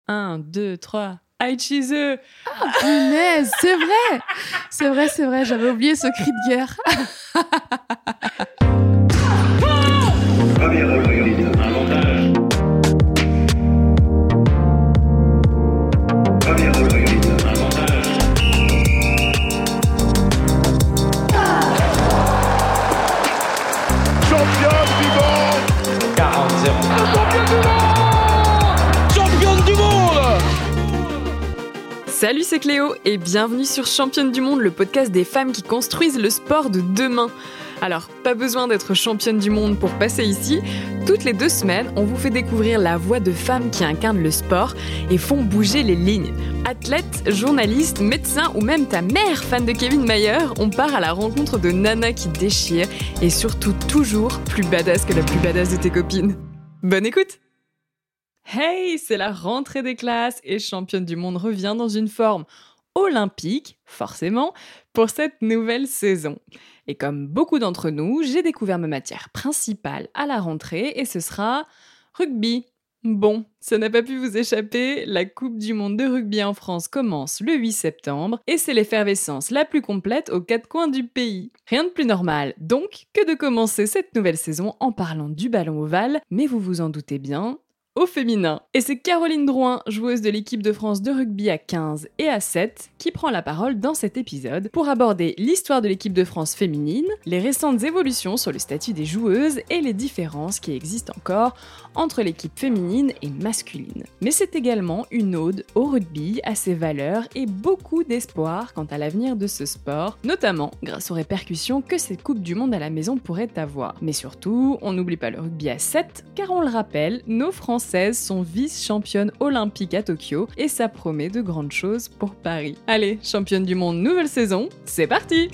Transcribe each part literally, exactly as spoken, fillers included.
un, deux, trois. Aichizu. Ah, punaise, c'est vrai. C'est vrai, c'est vrai. J'avais oublié ce cri de guerre. Premier recul. Avantage. Premier recul. Avantage. Champion du monde. quarante zéro. Champion du monde. Championne du monde. Salut, c'est Cléo et bienvenue sur Championne du monde, le podcast des femmes qui construisent le sport de demain. Alors, pas besoin d'être championne du monde pour passer ici. Toutes les deux semaines, on vous fait découvrir la voix de femmes qui incarnent le sport et font bouger les lignes. Athlètes, journalistes, médecins ou même ta mère, fan de Kevin Mayer, on part à la rencontre de nanas qui déchirent et surtout toujours plus badass que la plus badass de tes copines. Bonne écoute! Hey, c'est la rentrée des classes et Championne du monde revient dans une forme olympique, forcément, pour cette nouvelle saison. Et comme beaucoup d'entre nous, j'ai découvert ma matière principale à la rentrée et ce sera rugby. Bon, ça n'a pas pu vous échapper, la Coupe du monde de rugby en France commence le huit septembre et c'est l'effervescence la plus complète aux quatre coins du pays. Rien de plus normal, donc, que de commencer cette nouvelle saison en parlant du ballon ovale, mais vous vous en doutez bien, au féminin. Et c'est Caroline Drouin, joueuse de l'équipe de France de rugby à quinze et à sept, qui prend la parole dans cet épisode pour aborder l'histoire de l'équipe de France féminine, les récentes évolutions sur le statut des joueuses et les différences qui existent encore entre l'équipe féminine et masculine. Mais c'est également une ode au rugby, à ses valeurs et beaucoup d'espoir quant à l'avenir de ce sport, notamment grâce aux répercussions que cette Coupe du monde à la maison pourrait avoir. Mais surtout, on n'oublie pas le rugby à sept, car on le rappelle, nos Françaises sont vice-championnes olympiques à Tokyo et ça promet de grandes choses pour Paris. Allez, championne du monde nouvelle saison, c'est parti!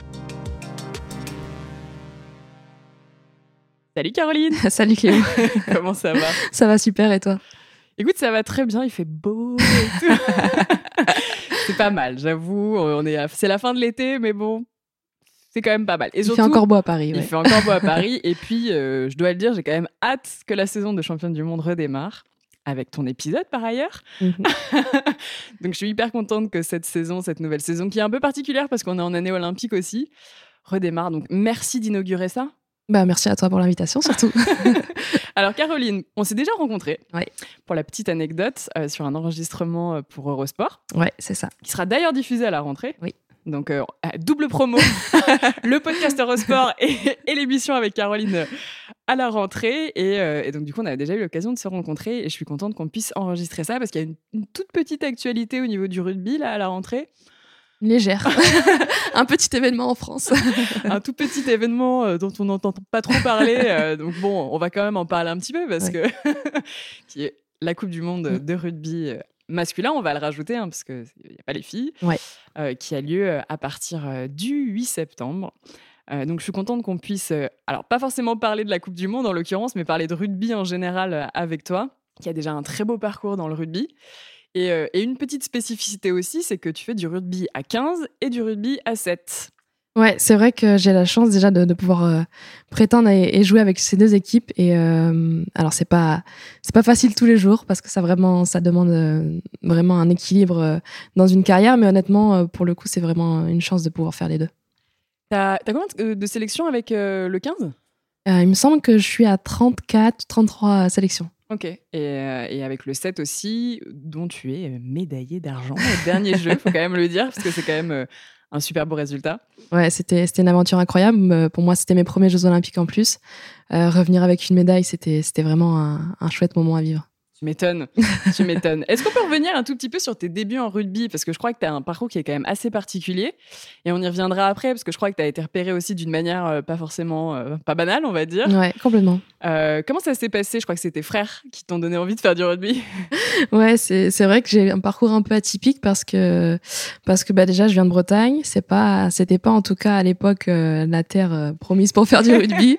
Salut Caroline! Salut Cléo. Comment ça va? Ça va super et toi? Écoute, ça va très bien, il fait beau et tout. C'est pas mal, j'avoue, on est à... c'est la fin de l'été, mais bon, c'est quand même pas mal. Et il surtout, fait encore beau à Paris. Il ouais. fait encore beau à Paris. Et puis, euh, je dois le dire, j'ai quand même hâte que la saison de championne du monde redémarre. Avec ton épisode, par ailleurs. Mm-hmm. Donc, je suis hyper contente que cette saison, cette nouvelle saison, qui est un peu particulière parce qu'on est en année olympique aussi, redémarre. Donc, merci d'inaugurer ça. Bah, merci à toi pour l'invitation, surtout. Alors, Caroline, on s'est déjà rencontrés. Ouais. Pour la petite anecdote, euh, sur un enregistrement pour Eurosport. Ouais, c'est ça. Qui sera d'ailleurs diffusé à la rentrée. Oui. Donc, euh, double promo, le podcast Eurosport et, et l'émission avec Caroline à la rentrée. Et, euh, et donc, du coup, on a déjà eu l'occasion de se rencontrer. Et je suis contente qu'on puisse enregistrer ça parce qu'il y a une, une toute petite actualité au niveau du rugby, là, à la rentrée. Légère. Un petit événement en France. Un tout petit événement euh, dont on n'entend pas trop parler. Euh, donc, bon, on va quand même en parler un petit peu parce ouais. que qui est la Coupe du monde mmh. de rugby euh, masculin, on va le rajouter, hein, parce qu'il n'y a pas les filles, ouais. euh, qui a lieu à partir euh, du huit septembre. Euh, donc, je suis contente qu'on puisse, euh, alors pas forcément parler de la Coupe du monde en l'occurrence, mais parler de rugby en général euh, avec toi, qui a déjà un très beau parcours dans le rugby. Et, euh, et une petite spécificité aussi, c'est que tu fais du rugby à quinze et du rugby à sept. Ouais, c'est vrai que j'ai la chance déjà de, de pouvoir euh, prétendre et, et jouer avec ces deux équipes. Et euh, alors c'est pas c'est pas facile tous les jours parce que ça vraiment ça demande euh, vraiment un équilibre euh, dans une carrière. Mais honnêtement, euh, pour le coup, c'est vraiment une chance de pouvoir faire les deux. T'as, t'as combien de, de sélections avec euh, le quinze ? euh, Il me semble que je suis à trente-quatre, trente-trois sélections. Ok. Et, euh, et avec le sept aussi, dont tu es médaillée d'argent au dernier jeu, faut quand même le dire parce que c'est quand même euh, un super beau résultat. Ouais, c'était, c'était une aventure incroyable. Pour moi, c'était mes premiers Jeux Olympiques en plus. Euh, revenir avec une médaille, c'était, c'était vraiment un, un chouette moment à vivre. Tu m'étonnes, tu m'étonnes. Est-ce qu'on peut revenir un tout petit peu sur tes débuts en rugby ? Parce que je crois que tu as un parcours qui est quand même assez particulier. Et on y reviendra après, parce que je crois que tu as été repérée aussi d'une manière euh, pas forcément, euh, pas banale, on va dire. Ouais, complètement. Euh, comment ça s'est passé ? Je crois que c'est tes frères qui t'ont donné envie de faire du rugby. Ouais, c'est, c'est vrai que j'ai un parcours un peu atypique parce que, parce que bah, déjà, je viens de Bretagne. C'est pas, c'était pas en tout cas à l'époque euh, la terre euh, promise pour faire du rugby.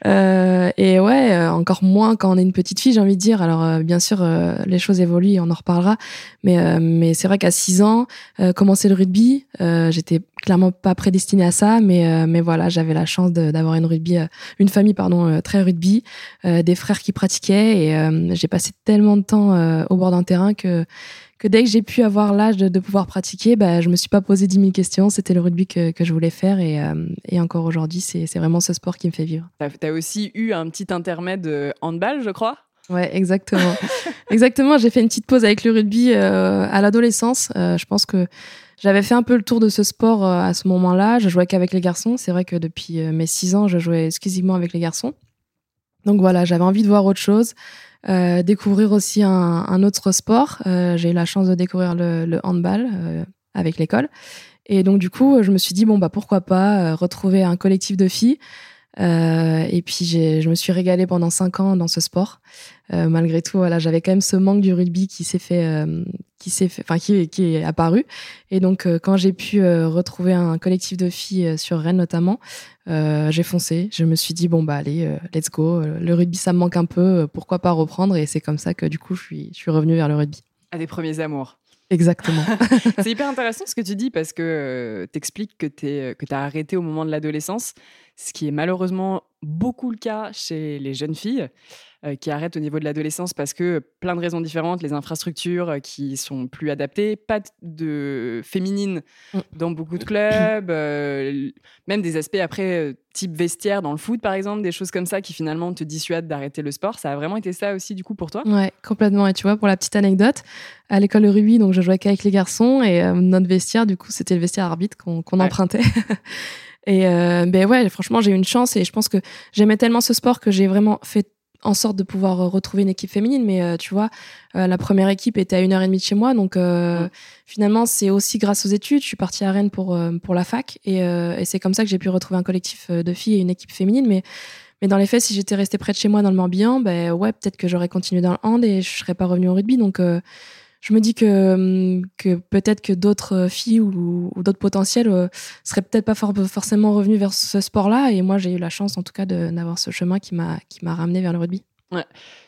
euh, et ouais, euh, encore moins quand on est une petite fille, j'ai envie de dire. Alors, euh, bien sûr, euh, les choses évoluent et on en reparlera. Mais, euh, mais c'est vrai qu'à six ans, euh, commencer le rugby, euh, j'étais clairement pas prédestinée à ça, mais euh, mais voilà, j'avais la chance de, d'avoir une rugby, euh, une famille pardon euh, très rugby, euh, des frères qui pratiquaient et euh, j'ai passé tellement de temps euh, au bord d'un terrain que que dès que j'ai pu avoir l'âge de, de pouvoir pratiquer, bah je me suis pas posé dix mille questions. C'était le rugby que que je voulais faire et euh, et encore aujourd'hui, c'est c'est vraiment ce sport qui me fait vivre. T'as, t'as aussi eu un petit intermède handball, je crois. Ouais, exactement. Exactement. J'ai fait une petite pause avec le rugby euh, à l'adolescence. Euh, je pense que j'avais fait un peu le tour de ce sport euh, à ce moment-là. Je jouais qu'avec les garçons. C'est vrai que depuis euh, mes six ans, je jouais exclusivement avec les garçons. Donc voilà, j'avais envie de voir autre chose, euh, découvrir aussi un, un autre sport. Euh, j'ai eu la chance de découvrir le, le handball euh, avec l'école. Et donc du coup, je me suis dit bon bah pourquoi pas euh, retrouver un collectif de filles. Euh, et puis j'ai, je me suis régalée pendant cinq ans dans ce sport. Euh, malgré tout, voilà, j'avais quand même ce manque du rugby qui s'est fait, euh, qui s'est fait, enfin qui, qui est apparu. Et donc euh, quand j'ai pu euh, retrouver un collectif de filles euh, sur Rennes notamment, euh, j'ai foncé. Je me suis dit bon bah allez, euh, let's go. Le rugby ça me manque un peu, euh, pourquoi pas reprendre. Et c'est comme ça que du coup je suis, je suis revenue vers le rugby. À des premiers amours. Exactement. C'est hyper intéressant ce que tu dis parce que euh, t'expliques que t'es, que t'as arrêté au moment de l'adolescence, ce qui est malheureusement beaucoup le cas chez les jeunes filles euh, qui arrêtent au niveau de l'adolescence parce que plein de raisons différentes, les infrastructures euh, qui sont plus adaptées, pas de féminines dans beaucoup de clubs, euh, même des aspects après euh, type vestiaire dans le foot par exemple, des choses comme ça qui finalement te dissuadent d'arrêter le sport. Ça a vraiment été ça aussi du coup pour toi ? Ouais, complètement. Et tu vois, pour la petite anecdote, à l'école de rugby, donc je jouais qu'avec les garçons et euh, notre vestiaire, du coup, c'était le vestiaire arbitre qu'on, qu'on ouais. empruntait. Et euh, ben ouais, franchement, j'ai eu une chance et je pense que j'aimais tellement ce sport que j'ai vraiment fait en sorte de pouvoir retrouver une équipe féminine. Mais euh, tu vois, euh, la première équipe était à une heure et demie de chez moi, donc euh, mmh. finalement, c'est aussi grâce aux études. Je suis partie à Rennes pour euh, pour la fac et, euh, et c'est comme ça que j'ai pu retrouver un collectif de filles et une équipe féminine. Mais mais dans les faits, si j'étais restée près de chez moi dans le Morbihan, ben ouais, peut-être que j'aurais continué dans le hand et je serais pas revenue au rugby. Donc euh, je me dis que, que peut-être que d'autres filles ou, ou d'autres potentiels euh, seraient peut-être pas for- forcément revenus vers ce sport-là. Et moi, j'ai eu la chance, en tout cas, de, d'avoir ce chemin qui m'a, qui m'a ramené vers le rugby. Ouais.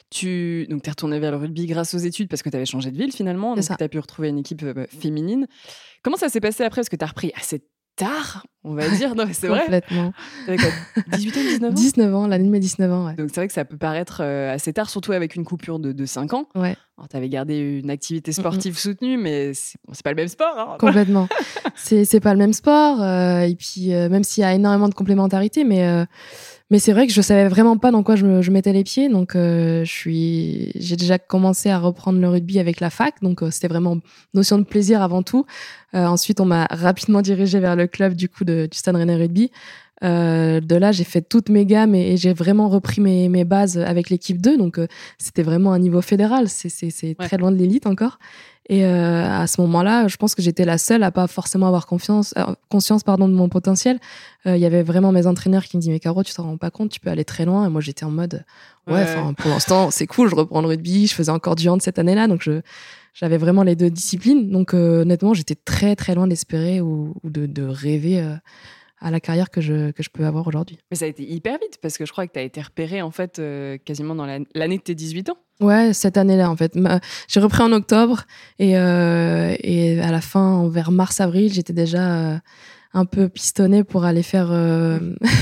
Tu donc, t'es retournée vers le rugby grâce aux études parce que tu avais changé de ville finalement. Donc, tu as pu retrouver une équipe euh, féminine. Comment ça s'est passé après ? Parce que tu as repris assez tard, on va dire. Non, mais c'est vrai. Complètement. T'avais quoi, dix-huit ans, dix-neuf ans dix-neuf ans, l'année de mes dix-neuf ans, ouais. Donc, c'est vrai que ça peut paraître euh, assez tard, surtout avec une coupure de, de cinq ans. Ouais. Alors, tu avais gardé une activité sportive mm-hmm. soutenue, mais c'est, bon, c'est pas le même sport. Hein. Complètement. c'est, c'est pas le même sport. Euh, et puis, euh, même s'il y a énormément de complémentarité, mais, euh, mais c'est vrai que je savais vraiment pas dans quoi je, me, je mettais les pieds. Donc, euh, je suis, j'ai déjà commencé à reprendre le rugby avec la fac. Donc, euh, c'était vraiment notion de plaisir avant tout. Euh, ensuite, on m'a rapidement dirigée vers le club du coup de, du Stade Rennais Rugby. Euh, de là, j'ai fait toutes mes gammes et, et j'ai vraiment repris mes, mes bases avec l'équipe deux. Donc, euh, c'était vraiment un niveau fédéral. C'est, c'est, c'est ouais. très loin de l'élite encore. Et euh, à ce moment-là, je pense que j'étais la seule à pas forcément avoir confiance, euh, conscience pardon, de mon potentiel. Il euh, y avait vraiment mes entraîneurs qui me disaient « Mais Caro, tu te rends pas compte, tu peux aller très loin. » Et moi, j'étais en mode « Ouais, ouais. pour l'instant, c'est cool, je reprends le rugby. » Je faisais encore du hand cette année-là. Donc, je, j'avais vraiment les deux disciplines. Donc, euh, honnêtement, j'étais très, très loin d'espérer ou, ou de, de rêver euh, à la carrière que je, que je peux avoir aujourd'hui. Mais ça a été hyper vite parce que je crois que tu as été repérée en fait, euh, quasiment dans la, l'année de tes dix-huit ans. Ouais, cette année-là, en fait. Ma, j'ai repris en octobre et, euh, et à la fin, vers mars-avril, j'étais déjà euh, un peu pistonnée pour aller faire, euh,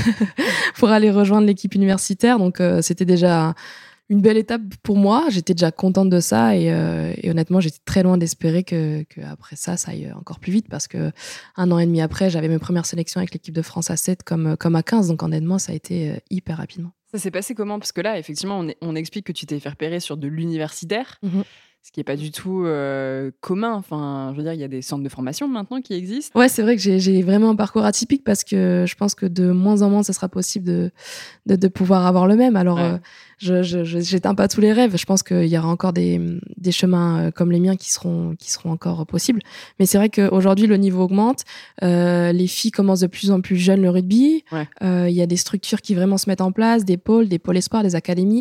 pour aller rejoindre l'équipe universitaire. Donc, euh, c'était déjà une belle étape pour moi. J'étais déjà contente de ça et, euh, et honnêtement, j'étais très loin d'espérer que, que après ça, ça aille encore plus vite parce que un an et demi après, j'avais mes premières sélections avec l'équipe de France à sept comme, comme à quinze. Donc, honnêtement, ça a été hyper rapidement. Ça s'est passé comment ? Parce que là, effectivement, on, est, on explique que tu t'es fait repérer sur de l'universitaire, mmh. ce qui n'est pas du tout euh, commun. Enfin, je veux dire, il y a des centres de formation maintenant qui existent. Ouais, c'est vrai que j'ai, j'ai vraiment un parcours atypique parce que je pense que de moins en moins, ça sera possible de, de, de pouvoir avoir le même. Alors, ouais. euh, je, je, je j'éteins pas tous les rêves. Je pense qu'il y aura encore des, des chemins comme les miens qui seront, qui seront encore possibles. Mais c'est vrai qu'aujourd'hui, le niveau augmente. Euh, les filles commencent de plus en plus jeunes le rugby. Il ouais. euh, y a des structures qui vraiment se mettent en place, des pôles, des pôles espoirs, des académies.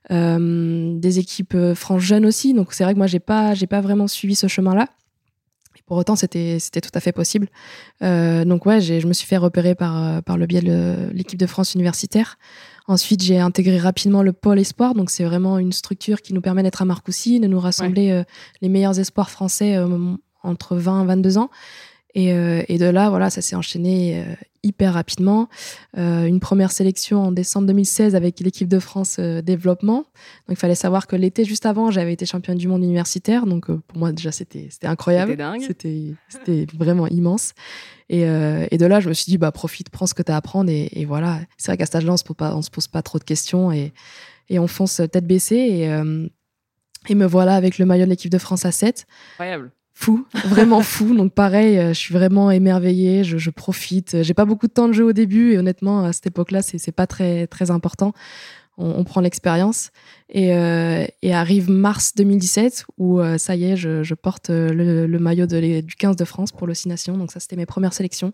Euh, des équipes France jeunes aussi, donc c'est vrai que moi j'ai pas j'ai pas vraiment suivi ce chemin-là. Et pour autant c'était c'était tout à fait possible. Euh, donc ouais, j'ai, je me suis fait repérer par par le biais de l'équipe de France universitaire. Ensuite j'ai intégré rapidement le pôle espoir, donc c'est vraiment une structure qui nous permet d'être à Marcoussis, de nous rassembler ouais. euh, les meilleurs espoirs français euh, entre vingt et vingt-deux ans. Et, euh, et de là, voilà, ça s'est enchaîné euh, hyper rapidement. Euh, une première sélection en décembre deux mille seize avec l'équipe de France euh, développement. Donc, il fallait savoir que l'été juste avant, j'avais été championne du monde universitaire. Donc, euh, pour moi, déjà, c'était, c'était incroyable. C'était dingue. C'était, c'était vraiment immense. Et, euh, et de là, je me suis dit, bah, profite, prends ce que tu as à apprendre. Et, et voilà. C'est vrai qu'à cet âge-là, on ne se pose pas, on se pose pas trop de questions et, et on fonce tête baissée. Et, euh, et me voilà avec le maillot de l'équipe de France à sept. Incroyable. Fou, vraiment fou. Donc pareil, euh, je suis vraiment émerveillée, je, je profite. J'ai pas beaucoup de temps de jeu au début et honnêtement, à cette époque-là, c'est, c'est pas très, très important. On, on prend l'expérience. Et, euh, et arrive mars deux mille dix-sept où euh, ça y est, je, je porte le, le maillot de les, du quinze de France pour le Six Nations. Donc ça, c'était mes premières sélections.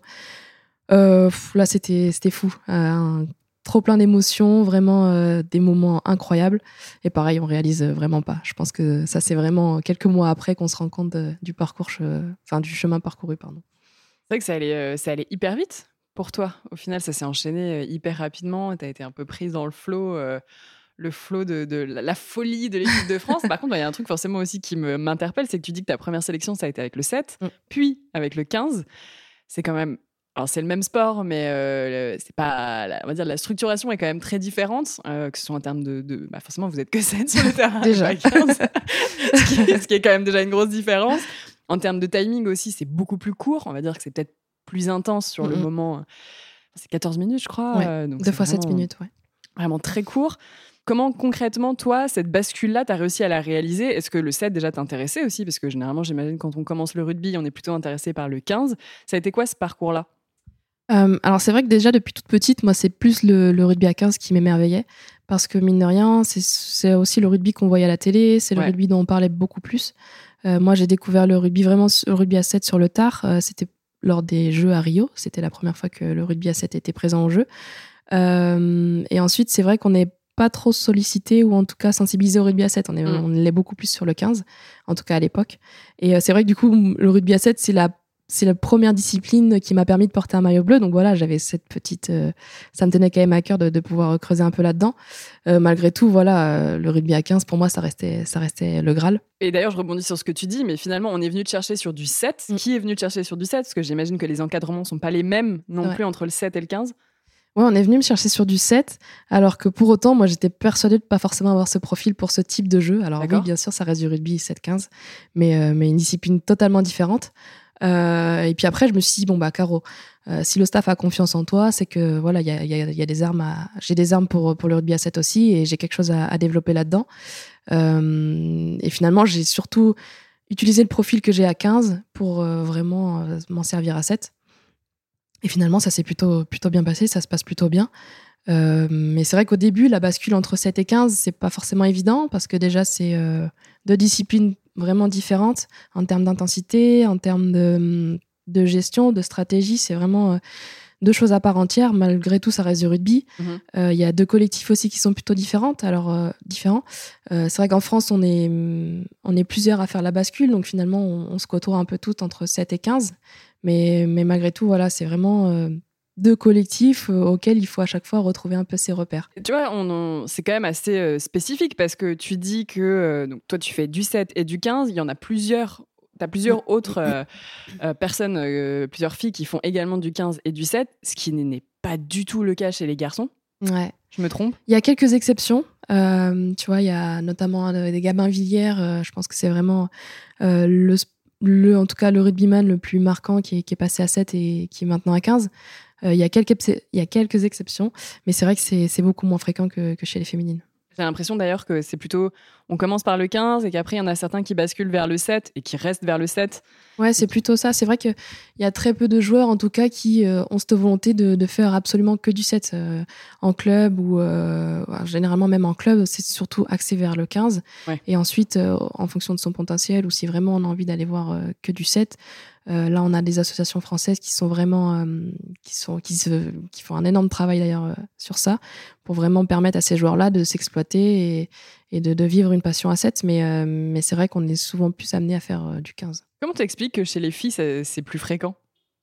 Euh, pff, là, c'était, c'était fou. Euh, un, trop plein d'émotions, vraiment euh, des moments incroyables. Et pareil, on réalise vraiment pas. Je pense que ça, c'est vraiment quelques mois après qu'on se rend compte de, du parcours, enfin du chemin parcouru, pardon. C'est vrai que ça allait, euh, ça allait hyper vite pour toi. Au final, ça s'est enchaîné euh, hyper rapidement. Tu as été un peu prise dans le flow, euh, le flow de, de la, la folie de l'équipe de France. Par contre, il y a un truc forcément aussi qui me, m'interpelle, c'est que tu dis que ta première sélection, ça a été avec le sept, mm. puis avec le quinze. C'est quand même... Alors, c'est le même sport, mais euh, c'est pas, la, on va dire, la structuration est quand même très différente, euh, que ce soit en termes de... de bah forcément, vous êtes que sept sur le terrain. Déjà. quinze, ce, qui est, ce qui est quand même déjà une grosse différence. En termes de timing aussi, c'est beaucoup plus court. On va dire que c'est peut-être plus intense sur mm-hmm. le moment. C'est quatorze minutes, je crois. Ouais, euh, donc deux fois sept minutes, ouais. Vraiment très court. Comment concrètement, toi, cette bascule-là, tu as réussi à la réaliser ? Est-ce que le sept déjà t'intéressait aussi ? Parce que généralement, j'imagine, quand on commence le rugby, on est plutôt intéressé par le quinze. Ça a été quoi ce parcours-là ? Euh, alors c'est vrai que déjà depuis toute petite, moi c'est plus le, le rugby à quinze qui m'émerveillait parce que mine de rien, c'est, c'est aussi le rugby qu'on voyait à la télé, c'est le ouais. rugby dont on parlait beaucoup plus. Euh, moi j'ai découvert le rugby vraiment le rugby à sept sur le tard, euh, c'était lors des Jeux à Rio, c'était la première fois que le rugby à sept était présent au jeu. Euh, et ensuite c'est vrai qu'on n'est pas trop sollicité ou en tout cas sensibilisé au rugby à sept, on, est, mmh. on l'est beaucoup plus sur le quinze, en tout cas à l'époque. Et euh, c'est vrai que du coup le rugby à sept c'est la C'est la première discipline qui m'a permis de porter un maillot bleu. Donc voilà, j'avais cette petite... Euh, ça me tenait quand même à cœur de, de pouvoir creuser un peu là-dedans. Euh, malgré tout, voilà, euh, le rugby à quinze, pour moi, ça restait, ça restait le Graal. Et d'ailleurs, je rebondis sur ce que tu dis, mais finalement, on est venu te chercher sur du sept. Mmh. Qui est venu te chercher sur du sept ? Parce que j'imagine que les encadrements ne sont pas les mêmes non ouais. plus entre le sept et le quinze. Ouais, on est venu me chercher sur du sept, alors que pour autant, moi, j'étais persuadée de pas forcément avoir ce profil pour ce type de jeu. Alors D'accord. oui, bien sûr, ça reste du rugby sept quinze, mais, euh, mais une discipline totalement différente. Euh, et puis après, je me suis dit, bon, bah, Caro, euh, si le staff a confiance en toi, c'est que voilà, il y a, y a, y a des armes à... j'ai des armes pour, pour le rugby à sept aussi, et j'ai quelque chose à, à développer là-dedans. Euh, et finalement, j'ai surtout utilisé le profil que j'ai à quinze pour euh, vraiment euh, m'en servir à sept. Et finalement, ça s'est plutôt, plutôt bien passé, ça se passe plutôt bien. Euh, mais c'est vrai qu'au début, la bascule entre sept et quinze, c'est pas forcément évident, parce que déjà, c'est euh, deux disciplines vraiment différentes en termes d'intensité, en termes de, de gestion, de stratégie. C'est vraiment euh, deux choses à part entière. Malgré tout, ça reste du rugby. Il mm-hmm. euh, y a deux collectifs aussi qui sont plutôt différentes, alors, euh, différents. Euh, c'est vrai qu'en France, on est, on est plusieurs à faire la bascule. Donc finalement, on, on se côtoie un peu toutes entre sept et quinze. Mais, mais malgré tout, voilà, c'est vraiment... Euh, deux collectifs euh, auxquels il faut à chaque fois retrouver un peu ses repères. Tu vois, on, on, c'est quand même assez euh, spécifique parce que tu dis que euh, donc toi, tu fais du sept et du quinze. Il y en a plusieurs. Tu as plusieurs autres euh, euh, personnes, euh, plusieurs filles qui font également du quinze et du sept, ce qui n'est pas du tout le cas chez les garçons. Ouais. Je me trompe ? Il y a quelques exceptions. Euh, tu vois, il y a notamment euh, des Gabin Villiers. Euh, je pense que c'est vraiment euh, le, le, en tout cas, le rugbyman le plus marquant qui est, qui est passé à sept et qui est maintenant à quinze. Il euh, y, y a quelques exceptions, mais c'est vrai que c'est, c'est beaucoup moins fréquent que, que chez les féminines. J'ai l'impression d'ailleurs que c'est plutôt... On commence par le quinze et qu'après, il y en a certains qui basculent vers le sept et qui restent vers le sept. Ouais, c'est plutôt ça. C'est vrai qu'il y a très peu de joueurs, en tout cas, qui euh, ont cette volonté de, de faire absolument que du sept. Euh, en club ou euh, généralement même en club, c'est surtout axé vers le quinze. Ouais. Et ensuite, euh, en fonction de son potentiel ou si vraiment on a envie d'aller voir euh, que du sept, Euh, là, on a des associations françaises qui sont vraiment, euh, qui sont, qui se, qui font un énorme travail d'ailleurs euh, sur ça, pour vraiment permettre à ces joueurs-là de s'exploiter et, et de, de vivre une passion à sept. Mais, euh, mais c'est vrai qu'on est souvent plus amené à faire euh, du quinze. Comment tu expliques que chez les filles, c'est, c'est plus fréquent ?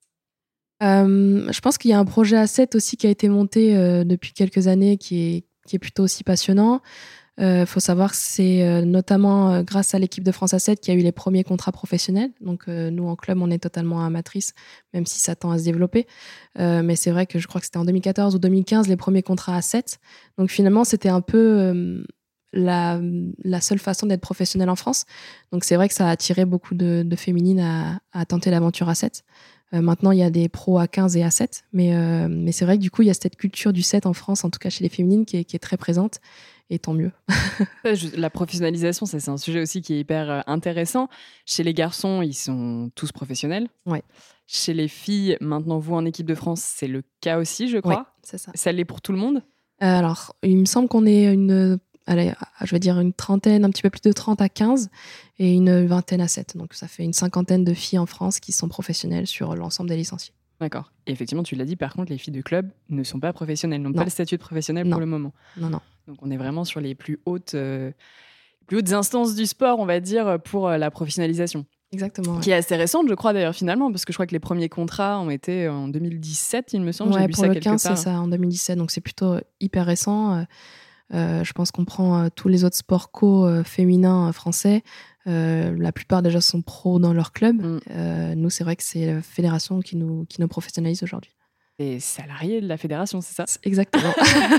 euh, Je pense qu'il y a un projet à sept aussi qui a été monté euh, depuis quelques années, qui est, qui est plutôt aussi passionnant. Il euh, faut savoir que c'est euh, notamment euh, grâce à l'équipe de France A sept qui a eu les premiers contrats professionnels. Donc euh, nous, en club, on est totalement amatrice, même si ça tend à se développer. Euh, mais c'est vrai que je crois que c'était en deux mille quatorze ou deux mille quinze, les premiers contrats A sept. Donc finalement, c'était un peu euh, la, la seule façon d'être professionnel en France. Donc c'est vrai que ça a attiré beaucoup de, de féminines à, à tenter l'aventure A sept. Euh, maintenant, il y a des pros A quinze et A sept. Mais, euh, mais c'est vrai que du coup, il y a cette culture du sept en France, en tout cas chez les féminines, qui est, qui est très présente. Et tant mieux. La professionnalisation, ça, c'est un sujet aussi qui est hyper intéressant. Chez les garçons, ils sont tous professionnels. Ouais. Chez les filles, maintenant, vous, en équipe de France, c'est le cas aussi, je crois. Ouais, c'est ça. Ça l'est pour tout le monde ? euh, Alors, il me semble qu'on est une, allez, je vais dire une trentaine, un petit peu plus de trente à quinze et une vingtaine à sept. Donc, ça fait une cinquantaine de filles en France qui sont professionnelles sur l'ensemble des licenciés. D'accord. Et effectivement, tu l'as dit, par contre, les filles de club ne sont pas professionnelles, n'ont non. pas le statut de professionnel non. pour le moment. Non, non. Donc, on est vraiment sur les plus hautes, euh, plus hautes instances du sport, on va dire, pour euh, la professionnalisation. Exactement. Ouais. Qui est assez récente, je crois, d'ailleurs, finalement, parce que je crois que les premiers contrats ont été en deux mille dix-sept, il me semble. Ouais, J'ai lu pour ça le quelque quinze, part. c'est ça, en deux mille dix-sept. Donc, c'est plutôt hyper récent. Euh, euh, je pense qu'on prend euh, tous les autres sports co euh, féminins euh, français. Euh, la plupart déjà sont pros dans leur club. Mm. Euh, nous, c'est vrai que c'est la fédération qui nous, qui nous professionnalise aujourd'hui. T'es salarié de la fédération, c'est ça ? Exactement.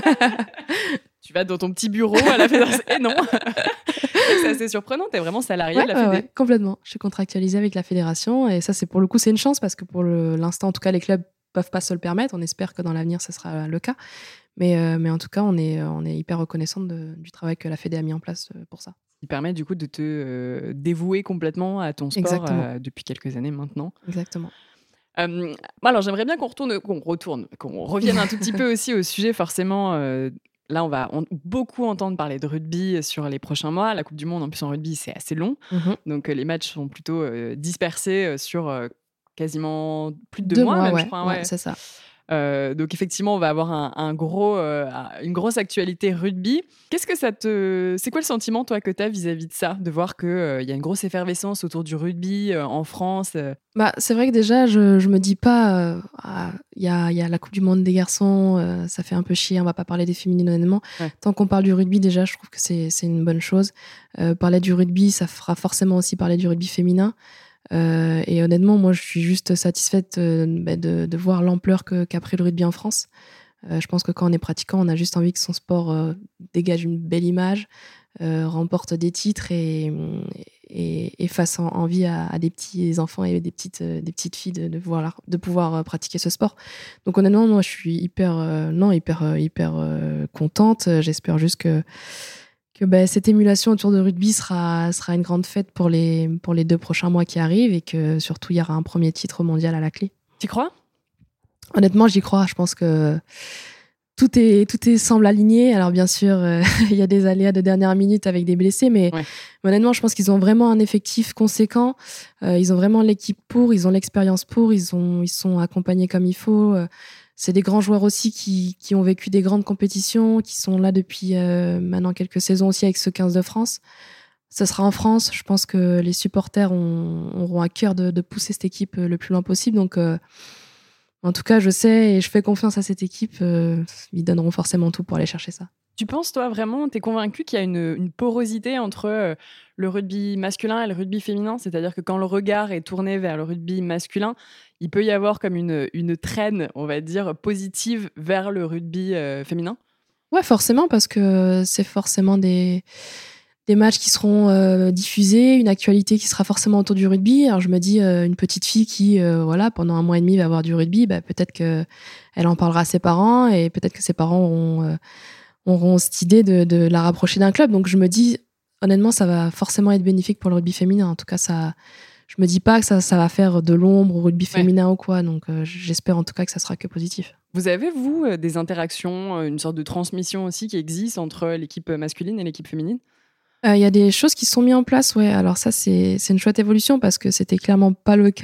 Tu vas dans ton petit bureau à la fédération. Et non. C'est assez surprenant, t'es vraiment salarié ouais, de la fédé. Ouais, complètement. Je suis contractualisée avec la fédération et ça, c'est pour le coup, c'est une chance parce que pour le, l'instant, en tout cas, les clubs peuvent pas se le permettre. On espère que dans l'avenir, ça sera le cas. Mais, euh, mais en tout cas, on est, on est hyper reconnaissante de, du travail que la fédé a mis en place pour ça. Qui permet du coup de te euh, dévouer complètement à ton sport euh, depuis quelques années maintenant. Exactement. Euh, alors j'aimerais bien qu'on retourne, qu'on retourne, qu'on revienne un tout petit peu aussi au sujet forcément. Euh, là, on va on, beaucoup entendre parler de rugby sur les prochains mois. La Coupe du Monde, en plus en rugby, c'est assez long, mm-hmm. donc euh, les matchs sont plutôt euh, dispersés sur euh, quasiment plus de deux, deux mois, mois même, ouais, je crois. Ouais, ouais. C'est ça. Euh, donc effectivement, on va avoir un, un gros, euh, une grosse actualité rugby. Qu'est-ce que ça te, c'est quoi le sentiment toi que tu as vis-à-vis de ça, de voir que il euh, y a une grosse effervescence autour du rugby euh, en France euh... Bah c'est vrai que déjà je je me dis pas, il euh, ah, y a il y a la Coupe du Monde des garçons, euh, ça fait un peu chier, on va pas parler des féminines honnêtement. Ouais. Tant qu'on parle du rugby déjà, je trouve que c'est c'est une bonne chose. Euh, parler du rugby, ça fera forcément aussi parler du rugby féminin. Euh, et honnêtement, moi, je suis juste satisfaite euh, bah, de, de voir l'ampleur que, qu'a pris le rugby en France. Euh, je pense que quand on est pratiquant, on a juste envie que son sport euh, dégage une belle image, euh, remporte des titres et, et, et fasse en, envie à, à des petits enfants et des petites, euh, des petites filles de, de, voir, de pouvoir euh, pratiquer ce sport. Donc honnêtement, moi, je suis hyper, euh, non, hyper, euh, hyper euh, contente. J'espère juste que que bah, cette émulation autour de rugby sera, sera une grande fête pour les, pour les deux prochains mois qui arrivent et que surtout il y aura un premier titre mondial à la clé. Tu crois ? Honnêtement, j'y crois. Je pense que tout est, tout est semble aligné. Alors bien sûr, euh, il y a des aléas de dernière minute avec des blessés, mais, ouais. mais honnêtement, je pense qu'ils ont vraiment un effectif conséquent. Euh, ils ont vraiment l'équipe pour, ils ont l'expérience pour, ils, ont, ils sont accompagnés comme il faut. Euh, C'est des grands joueurs aussi qui, qui ont vécu des grandes compétitions, qui sont là depuis euh, maintenant quelques saisons aussi avec ce quinze de France. Ça sera en France. Je pense que les supporters ont, auront à cœur de, de pousser cette équipe le plus loin possible. Donc, euh, en tout cas, je sais et je fais confiance à cette équipe. Euh, ils donneront forcément tout pour aller chercher ça. Tu penses, toi, vraiment, t'es convaincu qu'il y a une, une porosité entre euh, le rugby masculin et le rugby féminin ? C'est-à-dire que quand le regard est tourné vers le rugby masculin, il peut y avoir comme une, une traîne, on va dire, positive vers le rugby euh, féminin ? Ouais, forcément, parce que c'est forcément des, des matchs qui seront euh, diffusés, une actualité qui sera forcément autour du rugby. Alors je me dis, euh, une petite fille qui, euh, voilà, pendant un mois et demi va avoir du rugby, bah, peut-être qu'elle en parlera à ses parents et peut-être que ses parents auront... Euh, auront cette idée de, de la rapprocher d'un club. Donc je me dis, honnêtement, ça va forcément être bénéfique pour le rugby féminin. En tout cas, ça, je me dis pas que ça, ça va faire de l'ombre au rugby féminin ouais. ou quoi. Donc euh, j'espère en tout cas que ça sera que positif. Vous avez, vous, des interactions, une sorte de transmission aussi qui existe entre l'équipe masculine et l'équipe féminine ? Il euh, y a des choses qui sont mises en place, ouais. Alors ça, c'est, c'est une chouette évolution parce que c'était clairement pas le cas il y a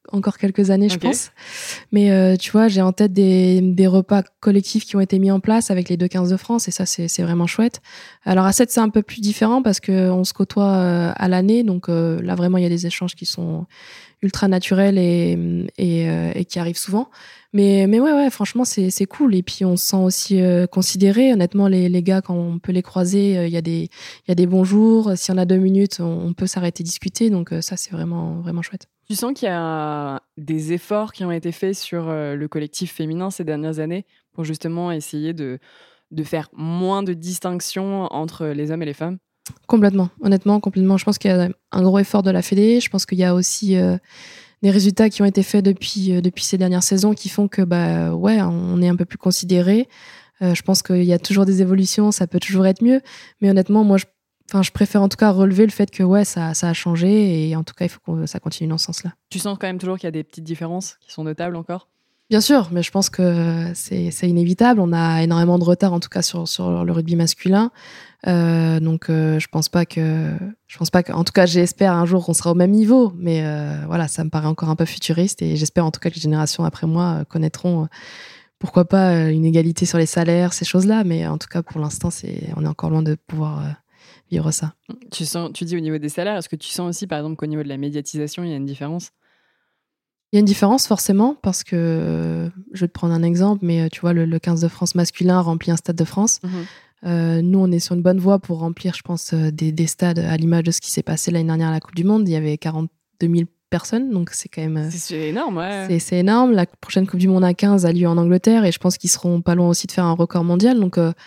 encore quelques années, okay. je pense. Mais euh, tu vois, j'ai en tête des, des repas collectifs qui ont été mis en place avec les deux quinze de France, et ça, c'est, c'est vraiment chouette. Alors à sept, c'est un peu plus différent parce qu'on se côtoie euh, à l'année, donc euh, là, vraiment, il y a des échanges qui sont ultra naturels et, et, euh, et qui arrivent souvent. Mais, mais ouais, ouais, franchement, c'est, c'est cool. Et puis, on se sent aussi euh, considéré. Honnêtement, les, les gars, quand on peut les croiser, il euh, y a des, il y a des bonjours. Si on a deux minutes, on, on peut s'arrêter discuter. Donc, euh, ça, c'est vraiment, vraiment chouette. Tu sens qu'il y a des efforts qui ont été faits sur euh, le collectif féminin ces dernières années pour justement essayer de, de faire moins de distinction entre les hommes et les femmes? Complètement. Honnêtement, complètement. Je pense qu'il y a un gros effort de la Fédé. Je pense qu'il y a aussi euh, des résultats qui ont été faits depuis, euh, depuis ces dernières saisons qui font que, bah, ouais, on est un peu plus considérés. Euh, je pense qu'il y a toujours des évolutions, ça peut toujours être mieux. Mais honnêtement, moi, je, je préfère en tout cas relever le fait que, ouais, ça, ça a changé et en tout cas, il faut que ça continue dans ce sens-là. Tu sens quand même toujours qu'il y a des petites différences qui sont notables encore? Bien sûr, mais je pense que c'est, c'est inévitable. On a énormément de retard, en tout cas, sur, sur le rugby masculin. Euh, donc, euh, je pense pas que, je pense pas que, en tout cas, j'espère un jour qu'on sera au même niveau. Mais euh, voilà, ça me paraît encore un peu futuriste et j'espère en tout cas que les générations après moi connaîtront, euh, pourquoi pas, une égalité sur les salaires, ces choses-là. Mais en tout cas, pour l'instant, c'est, on est encore loin de pouvoir euh, vivre ça. Tu sens, tu dis au niveau des salaires, est-ce que tu sens aussi, par exemple, qu'au niveau de la médiatisation, il y a une différence? Il y a une différence forcément parce que, je vais te prendre un exemple, mais tu vois, le, le quinze de France masculin remplit un stade de France. Mmh. Euh, nous, on est sur une bonne voie pour remplir, je pense, des, des stades à l'image de ce qui s'est passé l'année dernière à la Coupe du Monde. Il y avait quarante-deux mille personnes, donc c'est quand même... C'est, c'est énorme, ouais. C'est, c'est énorme. La prochaine Coupe du Monde à quinze a lieu en Angleterre et je pense qu'ils seront pas loin aussi de faire un record mondial. Donc, euh,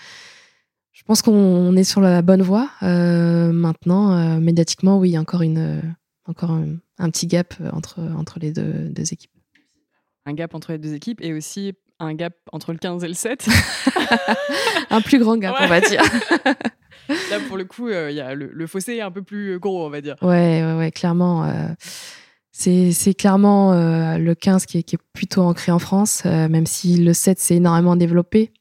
je pense qu'on est sur la bonne voie. Euh, maintenant, euh, médiatiquement, oui, il y a encore, une, encore un, un petit gap entre, entre les deux, deux équipes. Un gap entre les deux équipes et aussi un gap entre le quinze et le sept. Un plus grand gap, ouais. On va dire. Là, pour le coup, euh, y a le, le fossé est un peu plus gros, on va dire. Ouais, ouais, ouais, clairement. Euh, c'est, c'est clairement euh, le quinze qui est, qui est plutôt ancré en France, euh, même si le sept s'est énormément développé.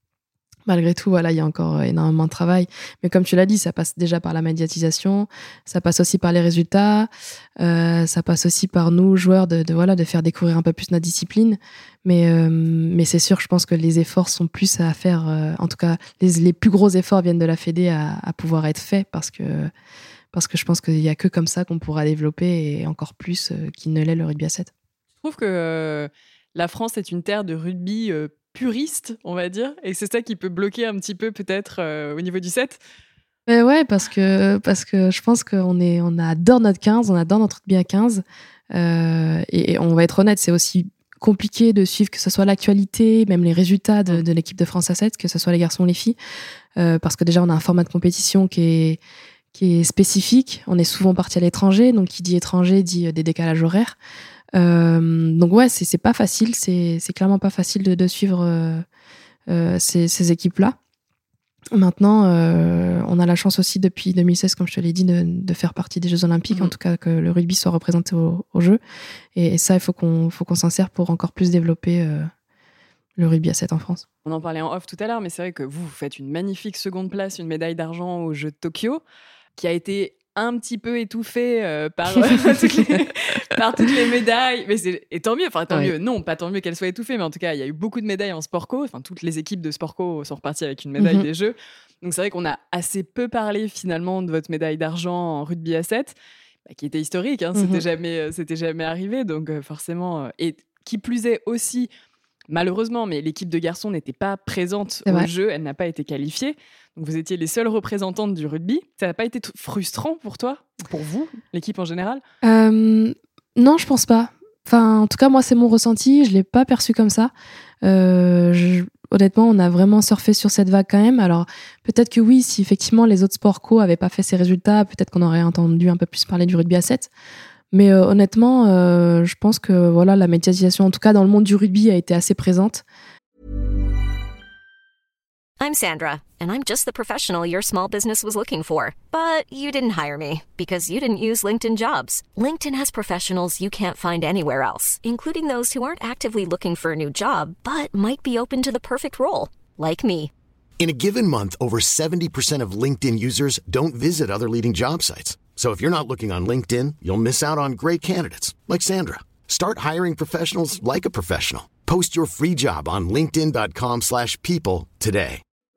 Malgré tout, voilà, il y a encore énormément de travail. Mais comme tu l'as dit, ça passe déjà par la médiatisation, ça passe aussi par les résultats, euh, ça passe aussi par nous, joueurs, de, de, voilà, de faire découvrir un peu plus notre discipline. Mais, euh, mais c'est sûr, je pense que les efforts sont plus à faire. Euh, en tout cas, les, les plus gros efforts viennent de la Fédé à, à pouvoir être faits parce que, parce que je pense qu'il n'y a que comme ça qu'on pourra développer et encore plus euh, qu'il ne l'est le rugby à sept. Je trouve que euh, la France est une terre de rugby euh, puriste, on va dire, et c'est ça qui peut bloquer un petit peu peut-être euh, au niveau du sept. Mais ouais, parce que, parce que je pense qu'on est, on adore notre quinze, on adore notre rugby à quinze. Euh, et, et on va être honnête, c'est aussi compliqué de suivre que ce soit l'actualité, même les résultats de, de l'équipe de France à sept, que ce soit les garçons ou les filles. Euh, parce que déjà, on a un format de compétition qui est, qui est spécifique. On est souvent parti à l'étranger, donc qui dit étranger dit des décalages horaires. Euh, donc ouais, c'est, c'est pas facile, c'est, c'est clairement pas facile de, de suivre euh, euh, ces, ces équipes-là. Maintenant, euh, on a la chance aussi depuis deux mille seize, comme je te l'ai dit, de, de faire partie des Jeux Olympiques, mmh. En tout cas que le rugby soit représenté aux au Jeux. Et, et ça, il faut qu'on, faut qu'on s'en serve pour encore plus développer euh, le rugby à sept en France. On en parlait en off tout à l'heure, mais c'est vrai que vous, vous faites une magnifique seconde place, une médaille d'argent aux Jeux de Tokyo, qui a été un petit peu étouffé euh, par, euh, toutes les, par toutes les médailles. Mais c'est, et tant mieux, enfin tant ouais. mieux, non, pas tant mieux qu'elle soit étouffée, mais en tout cas, il y a eu beaucoup de médailles en sport co. Enfin, toutes les équipes de sport co sont reparties avec une médaille mm-hmm. des Jeux. Donc c'est vrai qu'on a assez peu parlé finalement de votre médaille d'argent en rugby à sept, bah, qui était historique, hein, mm-hmm. c'était, jamais, c'était jamais arrivé. Donc euh, forcément, euh, et qui plus est aussi, malheureusement, mais l'équipe de garçons n'était pas présente au jeu, elle n'a pas été qualifiée. Donc vous étiez les seules représentantes du rugby. Ça n'a pas été t- frustrant pour toi, pour vous, l'équipe en général ? euh, Non, je pense pas. Enfin, en tout cas, moi, c'est mon ressenti. Je l'ai pas perçu comme ça. Euh, je, honnêtement, on a vraiment surfé sur cette vague quand même. Alors, peut-être que oui, si effectivement les autres sports co avaient pas fait ces résultats, peut-être qu'on aurait entendu un peu plus parler du rugby à sept. Mais euh, honnêtement, euh, je pense que voilà, la médiatisation, en tout cas dans le monde du rugby, a été assez présente. I'm Sandra, and I'm just the professional your small business was looking for. But you didn't hire me because you didn't use LinkedIn Jobs. LinkedIn has professionals you can't find anywhere else, including those who aren't actively looking for a new job, but might be open to the perfect role, like me. In a given month, over seventy percent of LinkedIn users don't visit other leading job sites. So if you're not looking on LinkedIn, you'll miss out on great candidates, like Sandra. Start hiring professionals like a professional. Post your free job on linkedin.com slash people today.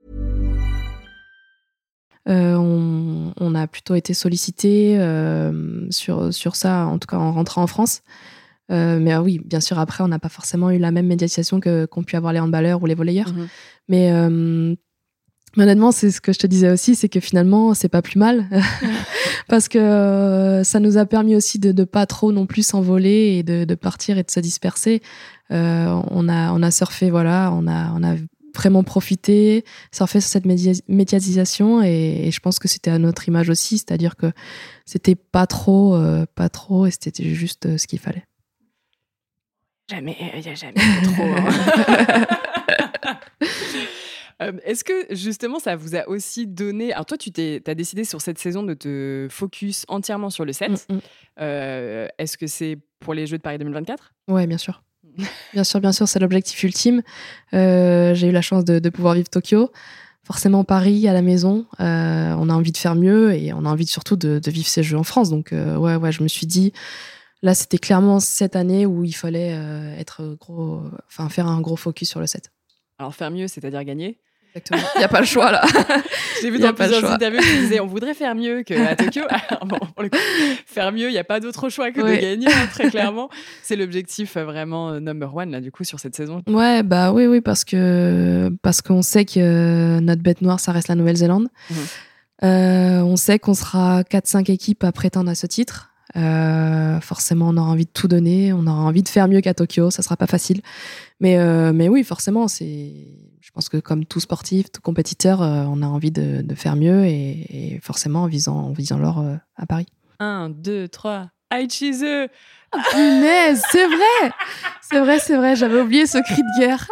Euh, on, on a plutôt été sollicité euh, sur, sur ça, en tout cas en rentrant en France. Euh, mais euh, oui, bien sûr, après, on n'a pas forcément eu la même médiatisation que, qu'ont pu avoir les handballeurs ou les volleyeurs. Mmh. Mais, euh, mais honnêtement, c'est ce que je te disais aussi, c'est que finalement, c'est pas plus mal. Parce que euh, ça nous a permis aussi de ne pas trop non plus s'envoler et de, de partir et de se disperser. Euh, on, a, on a surfé, voilà, on a, on a vraiment profité, surfé sur cette média- médiatisation et, et je pense que c'était à notre image aussi, c'est-à-dire que c'était pas trop, euh, pas trop et c'était juste euh, ce qu'il fallait. Jamais, il n'y a jamais trop. Hein. euh, est-ce que justement ça vous a aussi donné... Alors toi, tu t'es, t'as décidé sur cette saison de te focus entièrement sur le set. Mm-hmm. Euh, est-ce que c'est pour les Jeux de Paris deux mille vingt-quatre ? Ouais, bien sûr. Bien sûr, bien sûr, c'est l'objectif ultime. Euh, j'ai eu la chance de, de pouvoir vivre Tokyo. Forcément, Paris, à la maison, euh, on a envie de faire mieux et on a envie surtout de, de vivre ces Jeux en France. Donc, euh, ouais, ouais, je me suis dit, là, c'était clairement cette année où il fallait euh, être gros, enfin, faire un gros focus sur le set. Alors, faire mieux, c'est-à-dire gagner ? Exactement. Il n'y a pas le choix, là. J'ai vu dans plusieurs interviews qui disaient on voudrait faire mieux qu'à Tokyo. Alors, bon, pour le coup, faire mieux, il n'y a pas d'autre choix que oui. de gagner, hein, très clairement. C'est l'objectif vraiment number one, là, du coup, sur cette saison. Ouais, bah oui, oui, parce, que, parce qu'on sait que notre bête noire, ça reste la Nouvelle-Zélande. Mmh. Euh, on sait qu'on sera quatre cinq équipes à prétendre à ce titre. Euh, forcément, on aura envie de tout donner, on aura envie de faire mieux qu'à Tokyo, ça sera pas facile. Mais, euh, mais oui, forcément, c'est... je pense que comme tout sportif, tout compétiteur, euh, on a envie de, de faire mieux et, et forcément en visant, en visant l'or euh, à Paris. Un, deux, trois, Aichize! Oh, punaise, c'est vrai! C'est vrai, c'est vrai, j'avais oublié ce cri de guerre.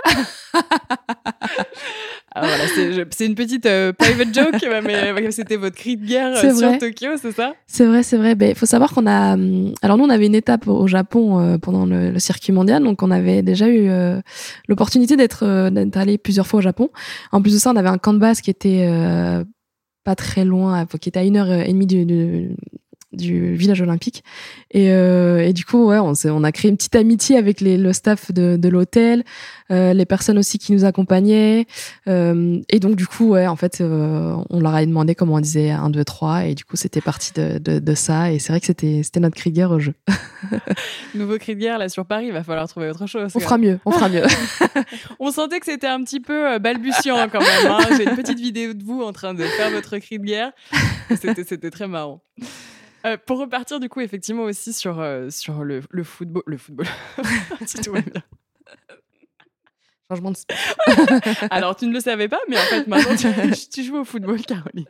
Alors voilà, c'est, je, c'est une petite euh, private joke, mais c'était votre cri de guerre euh, sur Tokyo, c'est ça ? C'est vrai, c'est vrai. Il ben, faut savoir qu'on a... Alors nous, on avait une étape au Japon euh, pendant le, le circuit mondial, donc on avait déjà eu euh, l'opportunité d'être, euh, d'être allé plusieurs fois au Japon. En plus de ça, on avait un camp de base qui était euh, pas très loin, qui était à une heure et demie du... du du village olympique et, euh, et du coup ouais on, s'est, on a créé une petite amitié avec les, le staff de, de l'hôtel, euh, les personnes aussi qui nous accompagnaient euh, et donc du coup ouais en fait euh, on leur a demandé comment on disait un, deux, trois et du coup c'était parti de, de, de ça et c'est vrai que c'était, c'était notre cri de guerre au jeu. Nouveau cri de guerre là sur Paris, il va falloir trouver autre chose. On fera mieux, on fera mieux. On sentait que c'était un petit peu balbutiant quand même, hein. J'ai une petite vidéo de vous en train de faire votre cri de guerre, c'était, c'était très marrant. Euh, pour repartir du coup effectivement aussi sur, euh, sur le, le football, le football, si tout va bien. Changement de sport. Alors tu ne le savais pas, mais en fait maintenant tu, tu joues au football, Caroline.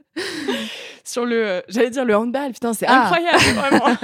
Sur le, euh, j'allais dire le handball, putain c'est ah. incroyable vraiment.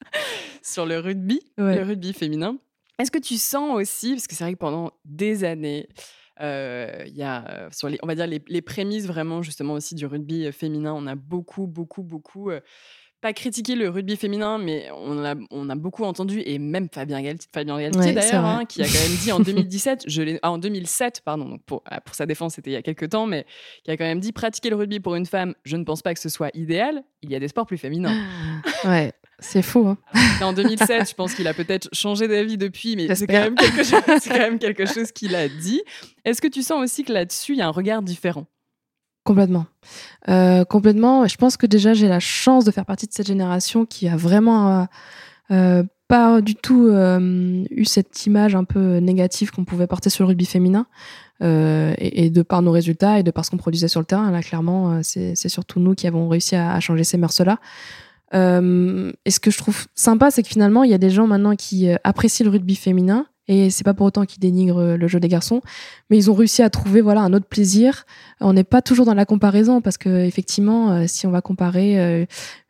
Sur le rugby, ouais. le rugby féminin. Est-ce que tu sens aussi, parce que c'est vrai que pendant des années, il euh, y a euh, sur les, on va dire les, les prémices vraiment justement aussi du rugby féminin, on a beaucoup beaucoup beaucoup euh, pas critiquer le rugby féminin, mais on a, on a beaucoup entendu, et même Fabien Galtier, Fabien Galtier ouais, d'ailleurs, hein, qui a quand même dit en deux mille dix-sept, je l'ai, ah, en deux mille sept, pardon, donc pour, pour sa défense, c'était il y a quelques temps, mais qui a quand même dit pratiquer le rugby pour une femme, je ne pense pas que ce soit idéal, il y a des sports plus féminins. Ouais, c'est fou. Hein. En deux mille sept, je pense qu'il a peut-être changé d'avis depuis, mais c'est quand, même quelque chose, c'est quand même quelque chose qu'il a dit. Est-ce que tu sens aussi que là-dessus, il y a un regard différent ? Complètement. Euh, complètement. Je pense que déjà, j'ai la chance de faire partie de cette génération qui a vraiment euh, euh, pas du tout euh, eu cette image un peu négative qu'on pouvait porter sur le rugby féminin. Euh, et, et de par nos résultats et de par ce qu'on produisait sur le terrain, là, clairement, c'est, c'est surtout nous qui avons réussi à, à changer ces mœurs-là. Euh, et ce que je trouve sympa, c'est que finalement, il y a des gens maintenant qui apprécient le rugby féminin. Et c'est pas pour autant qu'ils dénigrent le jeu des garçons, mais ils ont réussi à trouver voilà un autre plaisir. On n'est pas toujours dans la comparaison parce que effectivement, euh, si on va comparer euh,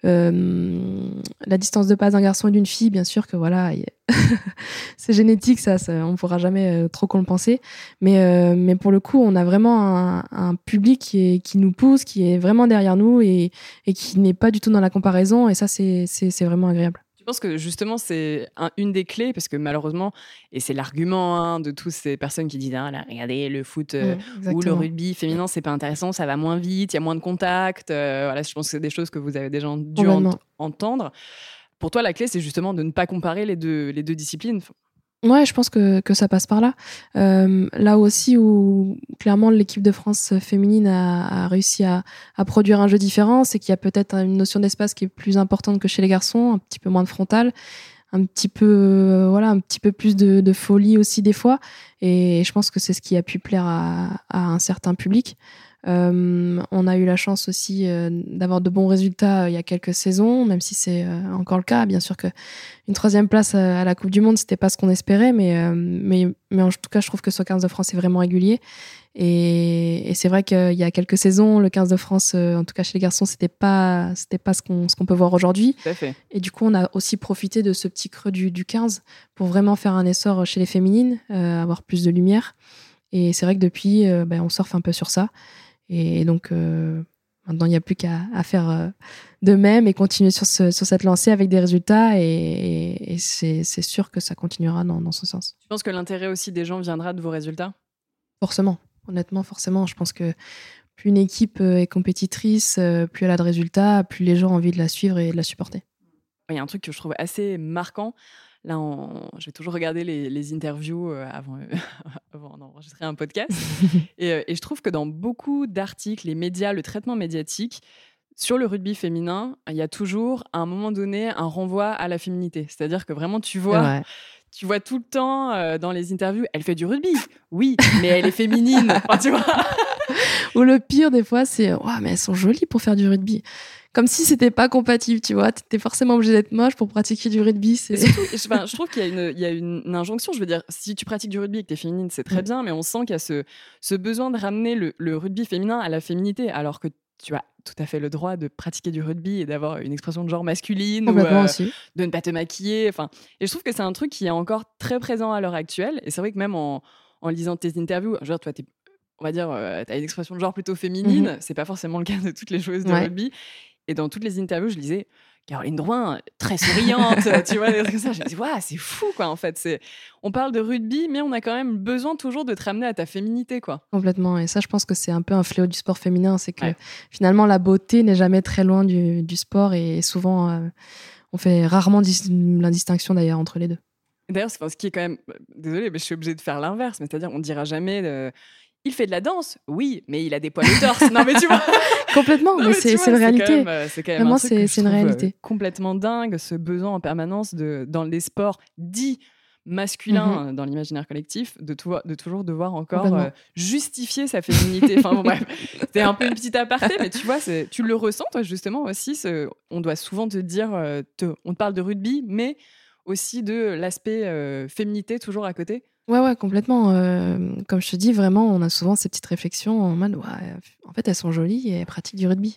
euh, la distance de passe d'un garçon et d'une fille, bien sûr que voilà, y a... c'est génétique, ça, ça, on pourra jamais euh, trop compenser. Mais euh, mais pour le coup, on a vraiment un, un public qui est qui nous pousse, qui est vraiment derrière nous et et qui n'est pas du tout dans la comparaison. Et ça, c'est c'est c'est vraiment agréable. Je pense que justement, c'est un, une des clés, parce que malheureusement, et c'est l'argument hein, de toutes ces personnes qui disent ah, là, regardez, le foot euh, mmh, ou le rugby féminin, c'est pas intéressant, ça va moins vite, il y a moins de contact. Euh, voilà, je pense que c'est des choses que vous avez déjà dû ent- entendre. pour toi, la clé, c'est justement de ne pas comparer les deux, les deux disciplines. Ouais, je pense que, que ça passe par là. Euh, là aussi où clairement l'équipe de France féminine a, a réussi à, à produire un jeu différent, c'est qu'il y a peut-être une notion d'espace qui est plus importante que chez les garçons, un petit peu moins de frontal, un petit peu, euh, voilà, un petit peu plus de, de folie aussi des fois. Et je pense que c'est ce qui a pu plaire à, à un certain public. Euh, on a eu la chance aussi euh, d'avoir de bons résultats euh, il y a quelques saisons, même si c'est euh, encore le cas. Bien sûr que une troisième place à, à la Coupe du Monde, c'était pas ce qu'on espérait, mais, euh, mais, mais en tout cas, je trouve que ce quinze de France est vraiment régulier. Et, et c'est vrai qu'il y a quelques saisons, le quinze de France, euh, en tout cas chez les garçons, c'était pas, c'était pas ce qu'on, ce qu'on peut voir aujourd'hui. Tout à fait. Et du coup, on a aussi profité de ce petit creux du, du quinze pour vraiment faire un essor chez les féminines, euh, avoir plus de lumière. Et c'est vrai que depuis, euh, ben, on surfe un peu sur ça. Et donc, euh, maintenant, il n'y a plus qu'à à faire euh, de même et continuer sur, ce, sur cette lancée avec des résultats. Et, et, et c'est, c'est sûr que ça continuera dans, dans ce sens. Tu penses que l'intérêt aussi des gens viendra de vos résultats ? Forcément. Honnêtement, forcément. Je pense que plus une équipe est compétitrice, plus elle a de résultats, plus les gens ont envie de la suivre et de la supporter. Il y a un truc que je trouve assez marquant. Là, on... je vais toujours regarder les, les interviews euh, avant, euh, avant d'enregistrer un podcast. et, euh, et je trouve que dans beaucoup d'articles, les médias, le traitement médiatique, sur le rugby féminin, il y a toujours, à un moment donné, un renvoi à la féminité. C'est-à-dire que vraiment, tu vois... Ouais. Tu vois tout le temps euh, dans les interviews, elle fait du rugby, oui, mais elle est féminine. Enfin, tu vois. Ou le pire des fois, c'est oh, mais elles sont jolies pour faire du rugby. Comme si c'était pas compatible, tu vois. T'étais forcément obligé d'être moche pour pratiquer du rugby. C'est... Surtout, je, ben, je trouve qu'il y a, une, il y a une, une injonction. Je veux dire, si tu pratiques du rugby et que t'es féminine, c'est très mmh. bien, mais on sent qu'il y a ce, ce besoin de ramener le, le rugby féminin à la féminité, alors que tu as tout à fait le droit de pratiquer du rugby et d'avoir une expression de genre masculine ou euh, aussi. de ne pas te maquiller. Enfin, et je trouve que c'est un truc qui est encore très présent à l'heure actuelle. Et c'est vrai que même en, en lisant tes interviews, genre, toi, t'es, on va dire, euh, tu as une expression de genre plutôt féminine. Mm-hmm. C'est pas forcément le cas de toutes les joueuses de ouais. rugby. Et dans toutes les interviews, je lisais Caroline Drouin, très souriante, tu vois, des trucs comme ça. J'ai dit, waouh, c'est fou, quoi, en fait. C'est... On parle de rugby, mais on a quand même besoin toujours de te ramener à ta féminité, quoi. Complètement. Et ça, je pense que c'est un peu un fléau du sport féminin. C'est que ouais. finalement, la beauté n'est jamais très loin du, du sport. Et souvent, euh, on fait rarement dis- la distinction, d'ailleurs, entre les deux. D'ailleurs, c'est, enfin, ce qui est quand même... Désolée, mais je suis obligée de faire l'inverse. Mais c'est-à-dire, on ne dira jamais... De... Il fait de la danse, oui, mais il a des poils au torse. Non, mais tu vois. Complètement, non, mais, mais c'est, vois, c'est une réalité. Même, c'est quand même Vraiment, un truc c'est, que c'est une réalité. Complètement dingue, ce besoin en permanence de, dans les sports dits masculins mm-hmm. dans l'imaginaire collectif, de, tout, de toujours devoir encore euh, justifier sa féminité. Enfin bon, bref, c'était un peu une petite aparté, mais tu vois, c'est, tu le ressens, toi, justement, aussi. Ce, on doit souvent te dire, euh, te, on te parle de rugby, mais aussi de l'aspect euh, féminité toujours à côté. Ouais, ouais, complètement. Euh, comme je te dis, vraiment, on a souvent ces petites réflexions en mode, ouais, en fait, elles sont jolies et elles pratiquent du rugby.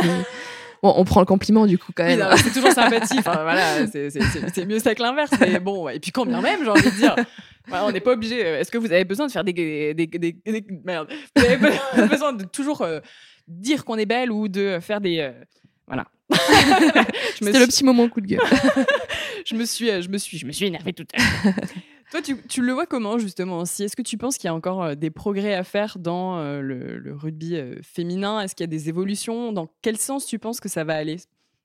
Bon, on prend le compliment du coup quand même. Oui, non, c'est toujours sympathique. Enfin, voilà, c'est, c'est, c'est, c'est mieux ça que l'inverse. Mais bon, et puis quand bien même, j'ai envie de dire, voilà, on n'est pas obligé. Est-ce que vous avez besoin de faire des, des, des, des, des merde Vous avez besoin de toujours euh, dire qu'on est belle ou de faire des euh, voilà. C'était suis... le petit moment coup de gueule. je me suis, je me suis, je me suis énervée tout à l'heure. Toi, tu, tu le vois comment, justement aussi ? Est-ce que tu penses qu'il y a encore euh, des progrès à faire dans euh, le, le rugby euh, féminin ? Est-ce qu'il y a des évolutions ? Dans quel sens tu penses que ça va aller ?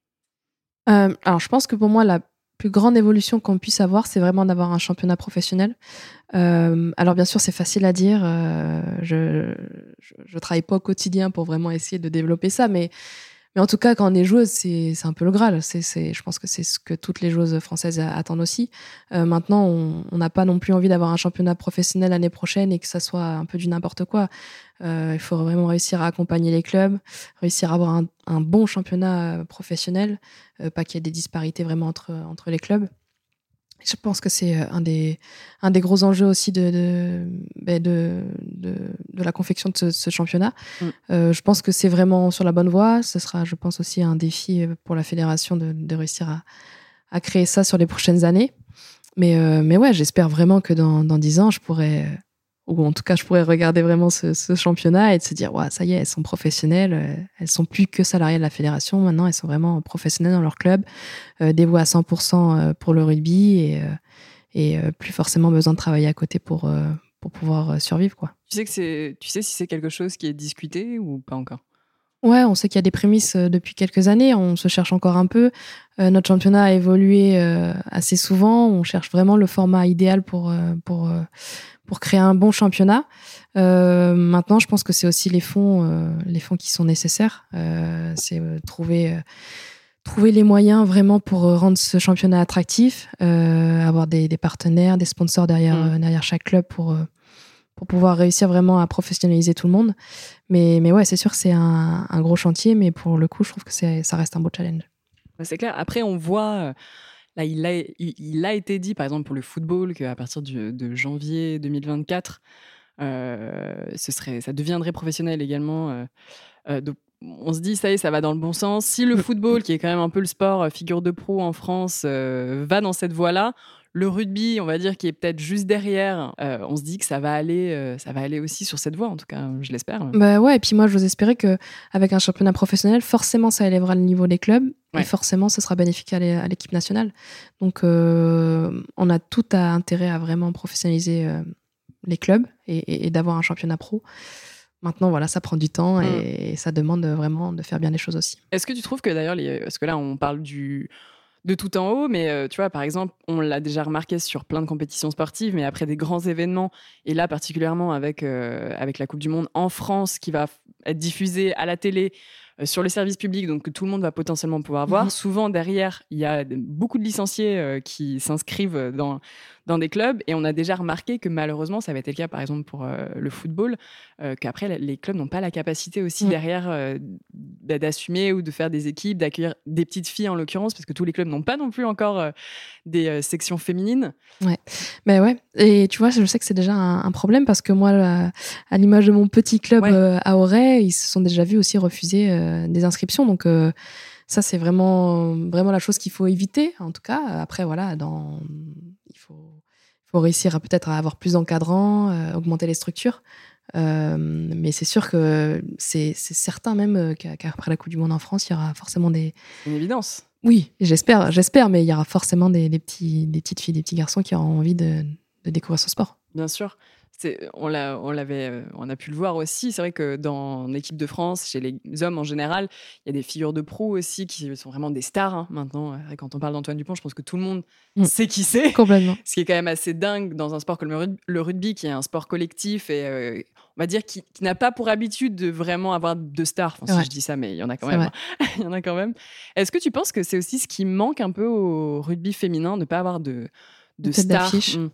euh, Alors, je pense que pour moi, la plus grande évolution qu'on puisse avoir, c'est vraiment d'avoir un championnat professionnel. Euh, alors, bien sûr, c'est facile à dire. Euh, je, je, je travaille pas au quotidien pour vraiment essayer de développer ça, mais... Mais en tout cas, quand on est joueuse, c'est, c'est un peu le Graal. C'est, c'est, je pense que c'est ce que toutes les joueuses françaises attendent aussi. Euh, maintenant, on n'a pas non plus envie d'avoir un championnat professionnel l'année prochaine et que ça soit un peu du n'importe quoi. Euh, il faut vraiment réussir à accompagner les clubs, réussir à avoir un, un bon championnat professionnel, euh, pas qu'il y ait des disparités vraiment entre, entre les clubs. Je pense que c'est un des, un des gros enjeux aussi de, de, de, de, de la confection de ce, ce championnat. Mm. Euh, je pense que c'est vraiment sur la bonne voie. Ce sera, je pense, aussi un défi pour la fédération de, de réussir à, à créer ça sur les prochaines années. Mais, euh, mais ouais, j'espère vraiment que dans, dans dix ans, je pourrais, ou en tout cas, je pourrais regarder vraiment ce, ce championnat et de se dire, ouais, ça y est, elles sont professionnelles. Elles sont plus que salariées de la fédération. Maintenant, elles sont vraiment professionnelles dans leur club, euh, dévouées à cent pour cent pour le rugby et, euh, et euh, plus forcément besoin de travailler à côté pour, euh, pour pouvoir survivre, quoi. Tu sais que c'est, tu sais si c'est quelque chose qui est discuté ou pas encore ? Ouais, on sait qu'il y a des prémices euh, depuis quelques années, on se cherche encore un peu. Euh, notre championnat a évolué euh, assez souvent, on cherche vraiment le format idéal pour, euh, pour, euh, pour créer un bon championnat. Euh, maintenant, je pense que c'est aussi les fonds, euh, les fonds qui sont nécessaires. Euh, c'est euh, trouver, euh, trouver les moyens vraiment pour euh, rendre ce championnat attractif, euh, avoir des, des partenaires, des sponsors derrière, Mmh. euh, derrière chaque club pour... Euh, pour pouvoir réussir vraiment à professionnaliser tout le monde. Mais, mais ouais, c'est sûr que c'est un, un gros chantier, mais pour le coup, je trouve que c'est, ça reste un beau challenge. Ouais, c'est clair. Après, on voit, euh, là, il a, il, il a été dit, par exemple, pour le football, qu'à partir du- de janvier deux mille vingt-quatre, euh, ce serait, ça deviendrait professionnel également. euh, euh, donc, on se dit, ça y est, ça va dans le bon sens. Si le football, qui est quand même un peu le sport euh, figure de proue en France, euh, va dans cette voie-là, le rugby, on va dire, qui est peut-être juste derrière, euh, on se dit que ça va aller, euh, ça va aller aussi sur cette voie, en tout cas, je l'espère. Bah ouais, et puis moi, j'ose espérer qu'avec un championnat professionnel, forcément, ça élèvera le niveau des clubs, Ouais. et forcément, ce sera bénéfique à l'é- à l'équipe nationale. Donc, euh, on a tout à intérêt à vraiment professionnaliser euh, les clubs et, et- et d'avoir un championnat pro. Maintenant, voilà, ça prend du temps Mm. et ça demande vraiment de faire bien les choses aussi. Est-ce que tu trouves que d'ailleurs, les... parce que là, on parle du... de tout en haut, mais euh, tu vois, par exemple, on l'a déjà remarqué sur plein de compétitions sportives, mais après des grands événements, et là particulièrement avec, euh, avec la Coupe du Monde en France qui va f- être diffusée à la télé, euh, sur le service public, donc que tout le monde va potentiellement pouvoir voir. Mhm. Souvent, derrière, il y a de- beaucoup de licenciés euh, qui s'inscrivent dans, dans des clubs, et on a déjà remarqué que malheureusement, ça avait été le cas par exemple pour euh, le football, euh, qu'après, les clubs n'ont pas la capacité aussi Mhm. derrière euh, bah, d'assumer ou de faire des équipes, d'accueillir des petites filles en l'occurrence, parce que tous les clubs n'ont pas non plus encore euh, des euh, sections féminines. Ben ouais, et tu vois, je sais que c'est déjà un, un problème parce que moi, là, à l'image de mon petit club Ouais. euh, à Auray, ils se sont déjà vus aussi refuser euh, des inscriptions. Donc euh, ça, c'est vraiment, vraiment la chose qu'il faut éviter. En tout cas, après, voilà, dans, il faut, il faut réussir à peut-être à avoir plus d'encadrants, euh, augmenter les structures. Euh, mais c'est sûr que c'est, c'est certain même euh, qu'à- qu'après la Coupe du Monde en France, il y aura forcément des... C'est une évidence. Oui, j'espère, j'espère, mais il y aura forcément des, des, petits, des petites filles, des petits garçons qui auront envie de, de découvrir ce sport. Bien sûr. C'est, on, l'a, on, l'avait, euh, on a pu le voir aussi. C'est vrai que dans l'équipe de France, chez les hommes en général, il y a des figures de proue aussi qui sont vraiment des stars hein, maintenant. Euh, Quand on parle d'Antoine Dupont, je pense que tout le monde Mm. sait qui c'est. Complètement. Ce qui est quand même assez dingue dans un sport comme le rugby, le rugby qui est un sport collectif et euh, on va dire qui, qui n'a pas pour habitude de vraiment avoir de stars. Enfin, si Ouais. je dis ça, mais il y en a quand C'est même. hein. Il y en a quand même. Est-ce que tu penses que c'est aussi ce qui manque un peu au rugby féminin, de ne pas avoir de, de Une tête stars d'affiche. Mm.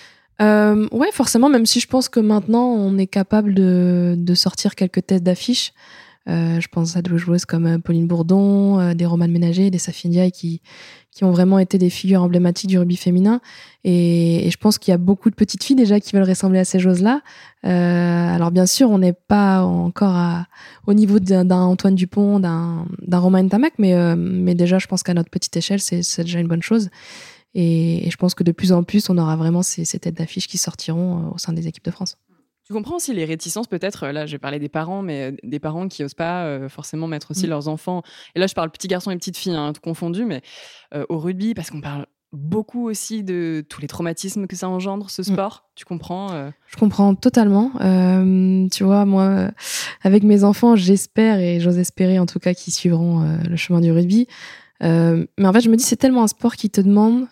Euh, ouais, forcément, même si je pense que maintenant, on est capable de, de sortir quelques têtes d'affiche. Euh, je pense à des joueuses comme euh, Pauline Bourdon, euh, des Romane Ménager, des Safi Ndiaye qui, qui ont vraiment été des figures emblématiques du rugby féminin. Et, et je pense qu'il y a beaucoup de petites filles déjà qui veulent ressembler à ces choses-là. Euh, alors bien sûr, on n'est pas encore à, au niveau d'un, d'un Antoine Dupont, d'un, d'un Romain Ntamak, mais, euh, mais déjà, je pense qu'à notre petite échelle, c'est, c'est déjà une bonne chose. Et, et je pense que de plus en plus, on aura vraiment ces, ces têtes d'affiche qui sortiront euh, au sein des équipes de France. Tu comprends aussi les réticences peut-être, là je vais parler des parents, mais euh, des parents qui n'osent pas euh, forcément mettre aussi Mm. leurs enfants, et là je parle petits garçons et petites filles, hein, tout confondu, mais euh, au rugby, parce qu'on parle beaucoup aussi de tous les traumatismes que ça engendre, ce sport, tu comprends euh, Je comprends totalement. Euh, tu vois, moi, euh, avec mes enfants, j'espère et j'ose espérer en tout cas qu'ils suivront euh, le chemin du rugby. Euh, mais en fait, je me dis, c'est tellement un sport qui te demande.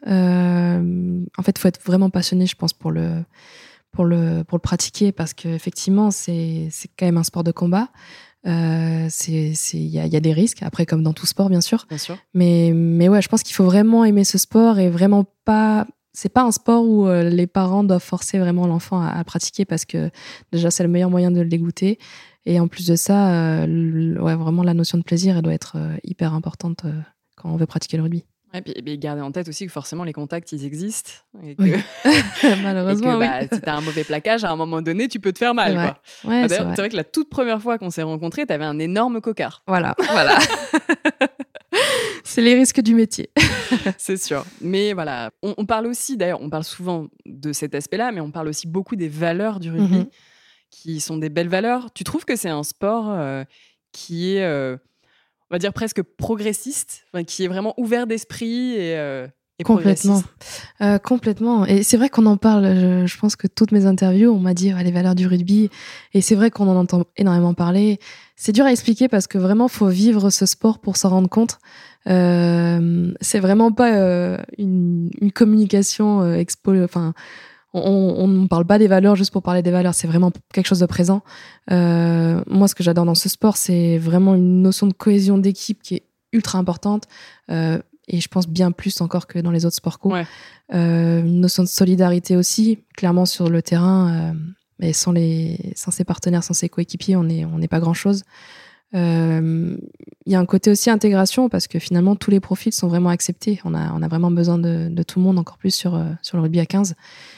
Euh, en fait, il faut être vraiment passionné, je pense, pour le, pour le, pour le pratiquer parce qu'effectivement, c'est, c'est quand même un sport de combat. Euh, c'est, c'est, il y a, il y a des risques, après, comme dans tout sport, bien sûr. bien sûr. Mais, mais ouais, je pense qu'il faut vraiment aimer ce sport et vraiment pas. C'est pas un sport où euh, les parents doivent forcer vraiment l'enfant à, à pratiquer parce que déjà, c'est le meilleur moyen de le dégoûter. Et en plus de ça, euh, le- ouais, vraiment, la notion de plaisir, elle doit être euh, hyper importante euh, quand on veut pratiquer le rugby. Ouais, puis, puis garder en tête aussi que forcément les contacts ils existent, et que, Oui. et Malheureusement, que, bah, oui. si t'as un mauvais plaquage, à un moment donné, tu peux te faire mal. C'est vrai. Quoi. Ouais, Ah, c'est D'ailleurs, vrai. c'est vrai que la toute première fois qu'on s'est rencontrés, t'avais un énorme cocard. Voilà, voilà. C'est les risques du métier. C'est sûr. Mais voilà, on, on parle aussi, d'ailleurs, on parle souvent de cet aspect-là, mais on parle aussi beaucoup des valeurs du rugby, Mhm. qui sont des belles valeurs. Tu trouves que c'est un sport euh, qui est, euh, on va dire, presque progressiste, enfin, qui est vraiment ouvert d'esprit et euh, et Complètement. Euh, complètement. Et c'est vrai qu'on en parle, je, je pense que toutes mes interviews, on m'a dit ah, les valeurs du rugby. Et c'est vrai qu'on en entend énormément parler. C'est dur à expliquer parce que vraiment, faut vivre ce sport pour s'en rendre compte. Euh, c'est vraiment pas euh, une, une communication euh, expo. Enfin, on ne parle pas des valeurs juste pour parler des valeurs. C'est vraiment quelque chose de présent. Euh, moi, ce que j'adore dans ce sport, c'est vraiment une notion de cohésion d'équipe qui est ultra importante. Euh, et je pense bien plus encore que dans les autres sports co. Ouais. Euh, une notion de solidarité aussi, clairement sur le terrain. Euh, mais sans, les, sans ses partenaires, sans ses coéquipiers, on n'est on n'est pas grand-chose. Il euh, y a un côté aussi intégration parce que finalement tous les profils sont vraiment acceptés. On a, on a vraiment besoin de, de tout le monde, encore plus sur, euh, sur le rugby à quinze.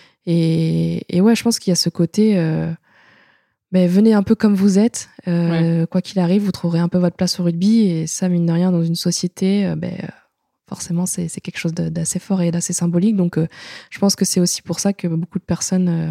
Et, et ouais, je pense qu'il y a ce côté, euh, ben, venez un peu comme vous êtes, euh, ouais. Quoi qu'il arrive, vous trouverez un peu votre place au rugby. Et ça, mine de rien, dans une société, euh, ben, forcément, c'est, c'est quelque chose de, d'assez fort et d'assez symbolique. Donc, euh, je pense que c'est aussi pour ça que beaucoup de personnes euh,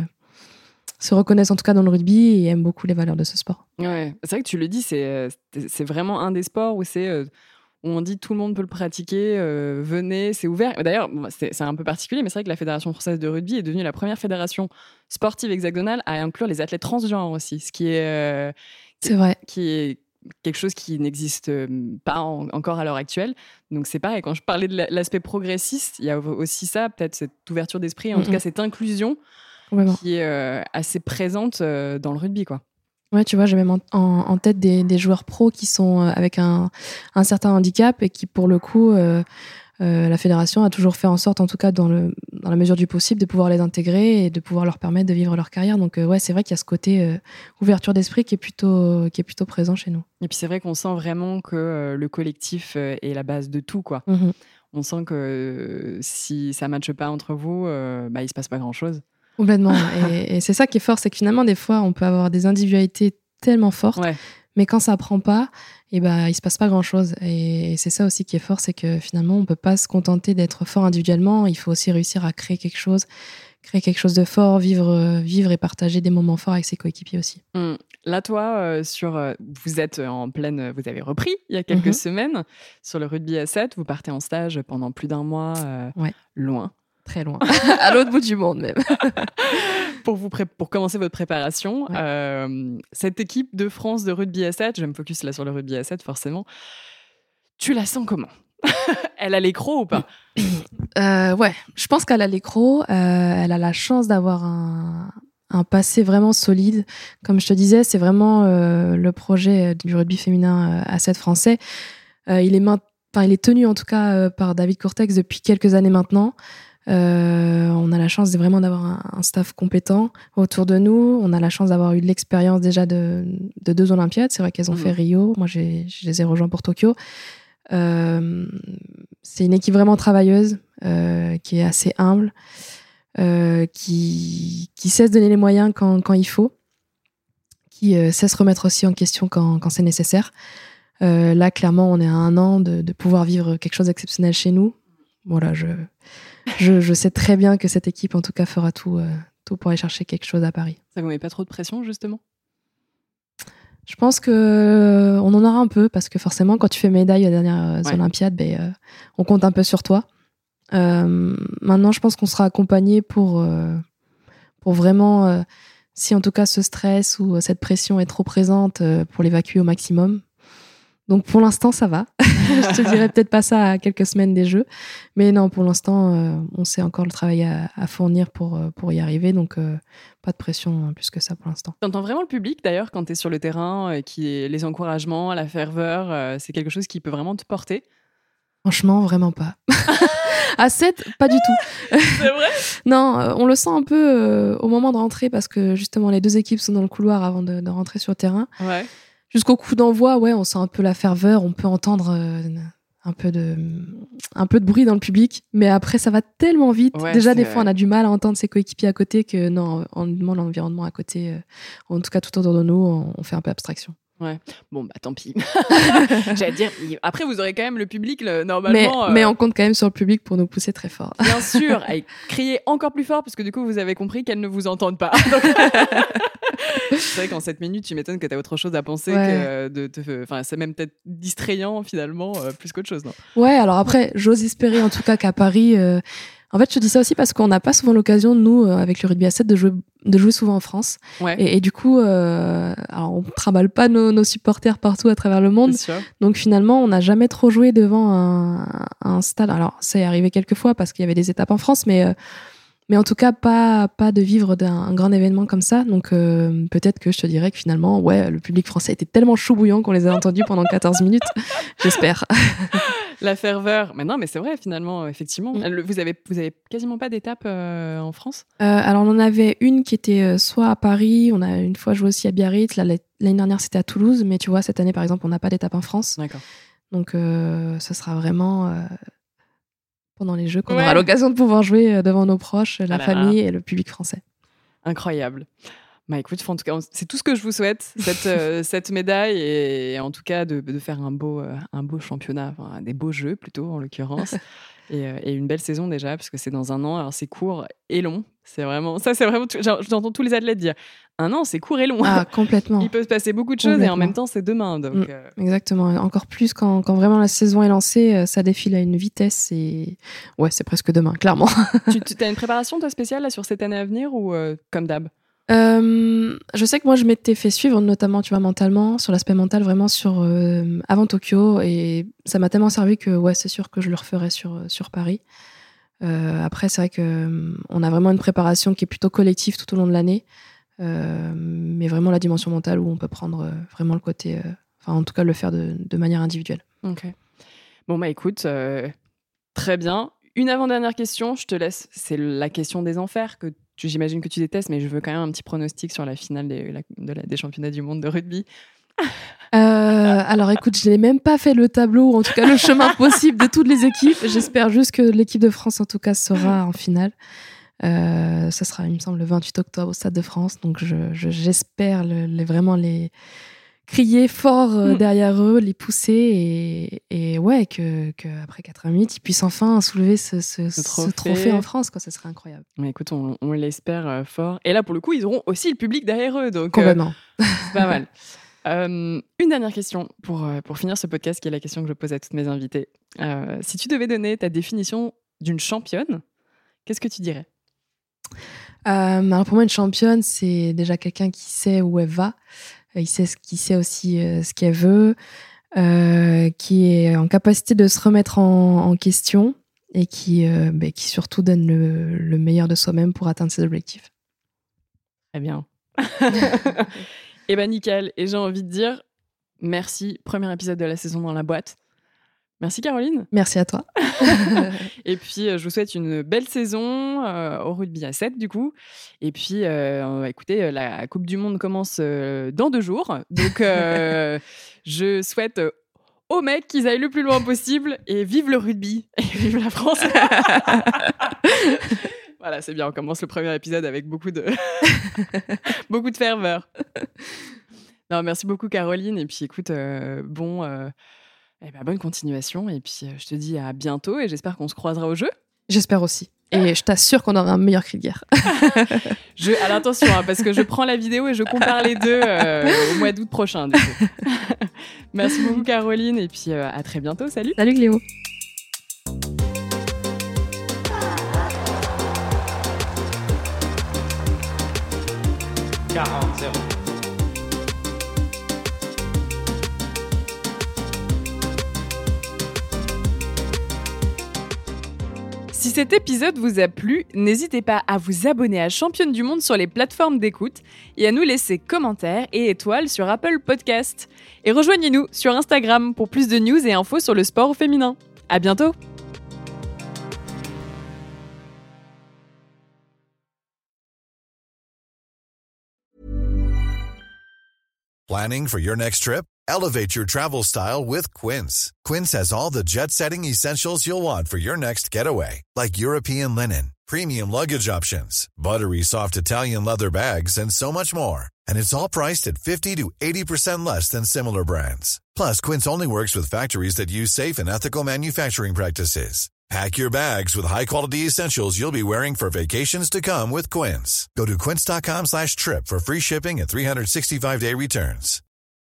se reconnaissent en tout cas dans le rugby et aiment beaucoup les valeurs de ce sport. Ouais, c'est vrai que tu le dis, c'est, c'est vraiment un des sports où c'est euh, où on dit tout le monde peut le pratiquer, euh, venez, c'est ouvert. D'ailleurs, c'est, c'est un peu particulier, mais c'est vrai que la Fédération française de rugby est devenue la première fédération sportive hexagonale à inclure les athlètes transgenres aussi, ce qui est, euh, c'est vrai. Qui est quelque chose qui n'existe pas en, encore à l'heure actuelle. Donc c'est pareil, quand je parlais de l'aspect progressiste, il y a aussi ça, peut-être cette ouverture d'esprit, en mm-hmm. tout cas cette inclusion Vraiment. Qui est euh, assez présente euh, dans le rugby, quoi. Ouais, tu vois, j'ai même en, en, en tête des, des joueurs pros qui sont euh, avec un, un certain handicap et qui, pour le coup, euh, euh, la fédération a toujours fait en sorte, en tout cas dans, le, dans la mesure du possible, de pouvoir les intégrer et de pouvoir leur permettre de vivre leur carrière. Donc euh, ouais, c'est vrai qu'il y a ce côté euh, ouverture d'esprit qui est plutôt qui est plutôt présent chez nous. Et puis c'est vrai qu'on sent vraiment que euh, le collectif euh, est la base de tout, quoi. Mm-hmm. On sent que euh, si ça ne matche pas entre vous, euh, bah, il ne se passe pas grand-chose. Complètement. et, et c'est ça qui est fort, c'est que finalement, des fois, on peut avoir des individualités tellement fortes, ouais. mais quand ça ne prend pas, et bah, il ne se passe pas grand-chose. Et, et c'est ça aussi qui est fort, c'est que finalement, on ne peut pas se contenter d'être fort individuellement. Il faut aussi réussir à créer quelque chose, créer quelque chose de fort, vivre, vivre et partager des moments forts avec ses coéquipiers aussi. Mmh. Là, toi, euh, sur, euh, vous êtes en pleine, vous avez repris il y a quelques mmh. semaines sur le rugby à sept. Vous partez en stage pendant plus d'un mois, euh, ouais. loin. Très loin, à l'autre bout du monde même. pour, vous pré- pour commencer votre préparation, ouais. euh, cette équipe de France de rugby à sept, je vais me focus là sur le rugby à sept forcément, tu la sens comment ? Elle a l'écro ou pas ? euh, Ouais, je pense qu'elle a l'écro, euh, elle a la chance d'avoir un, un passé vraiment solide. Comme je te disais, c'est vraiment euh, le projet du rugby féminin à sept français. Euh, il, est main- il est tenu en tout cas euh, par David Courtex depuis quelques années maintenant. Euh, on a la chance de vraiment d'avoir un, un staff compétent autour de nous. On a la chance d'avoir eu de l'expérience déjà de, de deux Olympiades. C'est vrai qu'elles ont mmh. fait Rio. Moi, j'ai, je les ai rejoints pour Tokyo. Euh, c'est une équipe vraiment travailleuse, euh, qui est assez humble, euh, qui, qui sait se donner les moyens quand, quand il faut, qui euh, sait se remettre aussi en question quand, quand c'est nécessaire. Euh, là, clairement, on est à un an de, de pouvoir vivre quelque chose d'exceptionnel chez nous. Voilà, je... Je, je sais très bien que cette équipe, en tout cas, fera tout, euh, tout pour aller chercher quelque chose à Paris. Ça vous met pas trop de pression, justement ? Je pense qu'on euh, en aura un peu, parce que forcément, quand tu fais médaille aux dernières ouais. Olympiades, ben, euh, on compte un peu sur toi. Euh, maintenant, je pense qu'on sera accompagné pour, euh, pour vraiment, euh, si en tout cas ce stress ou cette pression est trop présente, euh, pour l'évacuer au maximum. Donc pour l'instant, ça va. Je te dirais peut-être pas ça à quelques semaines des Jeux. Mais non, pour l'instant, euh, on sait encore le travail à, à fournir pour, pour y arriver. Donc euh, pas de pression plus que ça pour l'instant. Tu entends vraiment le public d'ailleurs quand tu es sur le terrain, euh, qui est les encouragements, la ferveur, euh, c'est quelque chose qui peut vraiment te porter ? Franchement, vraiment pas. À sept, pas du tout. C'est vrai ? Non, euh, on le sent un peu euh, au moment de rentrer parce que justement les deux équipes sont dans le couloir avant de, de rentrer sur le terrain. Ouais. Jusqu'au coup d'envoi, ouais, on sent un peu la ferveur, on peut entendre euh, un peu de, un peu de bruit dans le public, mais après ça va tellement vite. Ouais, Déjà des vrai. fois on a du mal à entendre ses coéquipiers à côté que non, en demande l'environnement à côté, euh, en tout cas tout autour de nous, on, on fait un peu abstraction. Ouais, bon bah tant pis. J'allais dire, après vous aurez quand même le public le, normalement. Mais, euh... mais on compte quand même sur le public pour nous pousser très fort. Bien sûr, et crier encore plus fort parce que du coup vous avez compris qu'elles ne vous entendent pas. Donc... C'est vrai qu'en sept minutes, tu m'étonnes que tu as autre chose à penser ouais. que de te. Enfin, c'est même peut-être distrayant finalement, euh, plus qu'autre chose, non ? Ouais, alors après, j'ose espérer en tout cas qu'à Paris. Euh... En fait, je te dis ça aussi parce qu'on n'a pas souvent l'occasion, nous, euh, avec le rugby à sept, de jouer, de jouer souvent en France. Ouais. Et, et du coup, euh, alors on trimballe pas nos, nos supporters partout à travers le monde. Donc finalement, on n'a jamais trop joué devant un, un stade. Alors, ça est arrivé quelques fois parce qu'il y avait des étapes en France, mais. Euh, Mais en tout cas, pas, pas de vivre d'un grand événement comme ça. Donc, euh, peut-être que je te dirais que finalement, ouais, le public français était tellement chaud bouillant qu'on les a entendus pendant quatorze minutes. J'espère. La ferveur. Mais non, mais c'est vrai, finalement, effectivement. Mm. Vous avez, vous avez quasiment pas d'étape euh, en France ? euh, Alors, on en avait une qui était euh, soit à Paris. On a une fois joué aussi à Biarritz. Là, l'année dernière, c'était à Toulouse. Mais tu vois, cette année, par exemple, on n'a pas d'étape en France. D'accord. Donc, euh, ça sera vraiment... Euh, pendant les Jeux, qu'on ouais. aura l'occasion de pouvoir jouer devant nos proches, la ah là famille là. et le public français. Incroyable. Bah écoute, en tout cas, c'est tout ce que je vous souhaite, cette, euh, cette médaille, et, et en tout cas de, de faire un beau, euh, un beau championnat, enfin, des beaux Jeux plutôt en l'occurrence, et, euh, et une belle saison déjà, parce que c'est dans un an, alors c'est court et long. C'est vraiment, ça c'est vraiment, genre, j'entends tous les athlètes dire, un an c'est court et long. Ah, complètement. Il peut se passer beaucoup de choses et en même temps c'est demain. Donc, mmh, euh... Exactement, encore plus quand, quand vraiment la saison est lancée, ça défile à une vitesse et ouais, c'est presque demain, clairement. tu, tu as une préparation toi spéciale là, sur cette année à venir ou euh, comme d'hab? Euh, je sais que moi je m'étais fait suivre notamment tu vois mentalement sur l'aspect mental vraiment sur euh, avant Tokyo et ça m'a tellement servi que ouais c'est sûr que je le referai sur sur Paris. Euh, après c'est vrai que on a vraiment une préparation qui est plutôt collective tout au long de l'année, euh, mais vraiment la dimension mentale où on peut prendre euh, vraiment le côté, euh, enfin en tout cas le faire de, de manière individuelle. Ok. Bon bah écoute, euh, très bien. Une avant-dernière question, je te laisse. C'est la question des enfers que tu, j'imagine que tu détestes, mais je veux quand même un petit pronostic sur la finale des, la, de la, des championnats du monde de rugby. Euh, alors écoute, je n'ai même pas fait le tableau, ou en tout cas le chemin possible de toutes les équipes. J'espère juste que l'équipe de France, en tout cas, sera en finale. Euh, ça sera, il me semble, le vingt-huit octobre au Stade de France. Donc je, je, j'espère le, les, vraiment les crier fort euh, derrière eux, les pousser et, et ouais, que, que après quatre-vingts minutes, ils puissent enfin soulever ce, ce, ce, trophée. ce trophée en France, quoi. Ça serait incroyable. Mais écoute, on, on l'espère euh, fort. Et là, pour le coup, ils auront aussi le public derrière eux. Donc, complètement. Euh, c'est pas mal. Euh, une dernière question pour, euh, pour finir ce podcast, qui est la question que je pose à toutes mes invités. Euh, si tu devais donner ta définition d'une championne, qu'est-ce que tu dirais ? euh, alors pour moi, une championne, c'est déjà quelqu'un qui sait où elle va. Il sait ce qui sait aussi euh, ce qu'elle veut, euh, qui est en capacité de se remettre en, en question et qui, euh, bah, qui surtout donne le, le meilleur de soi-même pour atteindre ses objectifs. Très bien. Eh ben nickel. Et j'ai envie de dire merci. Premier épisode de la saison dans la boîte. Merci Caroline. Merci à toi. Et puis, euh, je vous souhaite une belle saison euh, au rugby à sept, du coup. Et puis, euh, écoutez, la Coupe du Monde commence euh, dans deux jours. Donc, euh, je souhaite euh, aux mecs qu'ils aillent le plus loin possible. Et vive le rugby. Et vive la France. Voilà, c'est bien. On commence le premier épisode avec beaucoup de, beaucoup de ferveur. Non, merci beaucoup, Caroline. Et puis, écoute, euh, bon... Euh, Eh ben, bonne continuation et puis euh, je te dis à bientôt et j'espère qu'on se croisera au jeu. J'espère aussi. Et je t'assure qu'on aura un meilleur cri de guerre. je, à l'attention, hein, parce que je prends la vidéo et je compare les deux euh, au mois d'août prochain. Du coup. Merci beaucoup Caroline et puis euh, à très bientôt. Salut. Salut Cléo. quarante zéro. Si cet épisode vous a plu, n'hésitez pas à vous abonner à Championne du Monde sur les plateformes d'écoute et à nous laisser commentaires et étoiles sur Apple Podcast. Et rejoignez-nous sur Instagram pour plus de news et infos sur le sport au féminin. À bientôt! Planning for your next trip? Elevate your travel style with Quince. Quince has all the jet-setting essentials you'll want for your next getaway, like European linen, premium luggage options, buttery soft Italian leather bags, and so much more. And it's all priced at fifty to eighty percent less than similar brands. Plus, Quince only works with factories that use safe and ethical manufacturing practices. Pack your bags with high-quality essentials you'll be wearing for vacations to come with Quince. Go to quince.com slash trip for free shipping and three sixty-five day returns.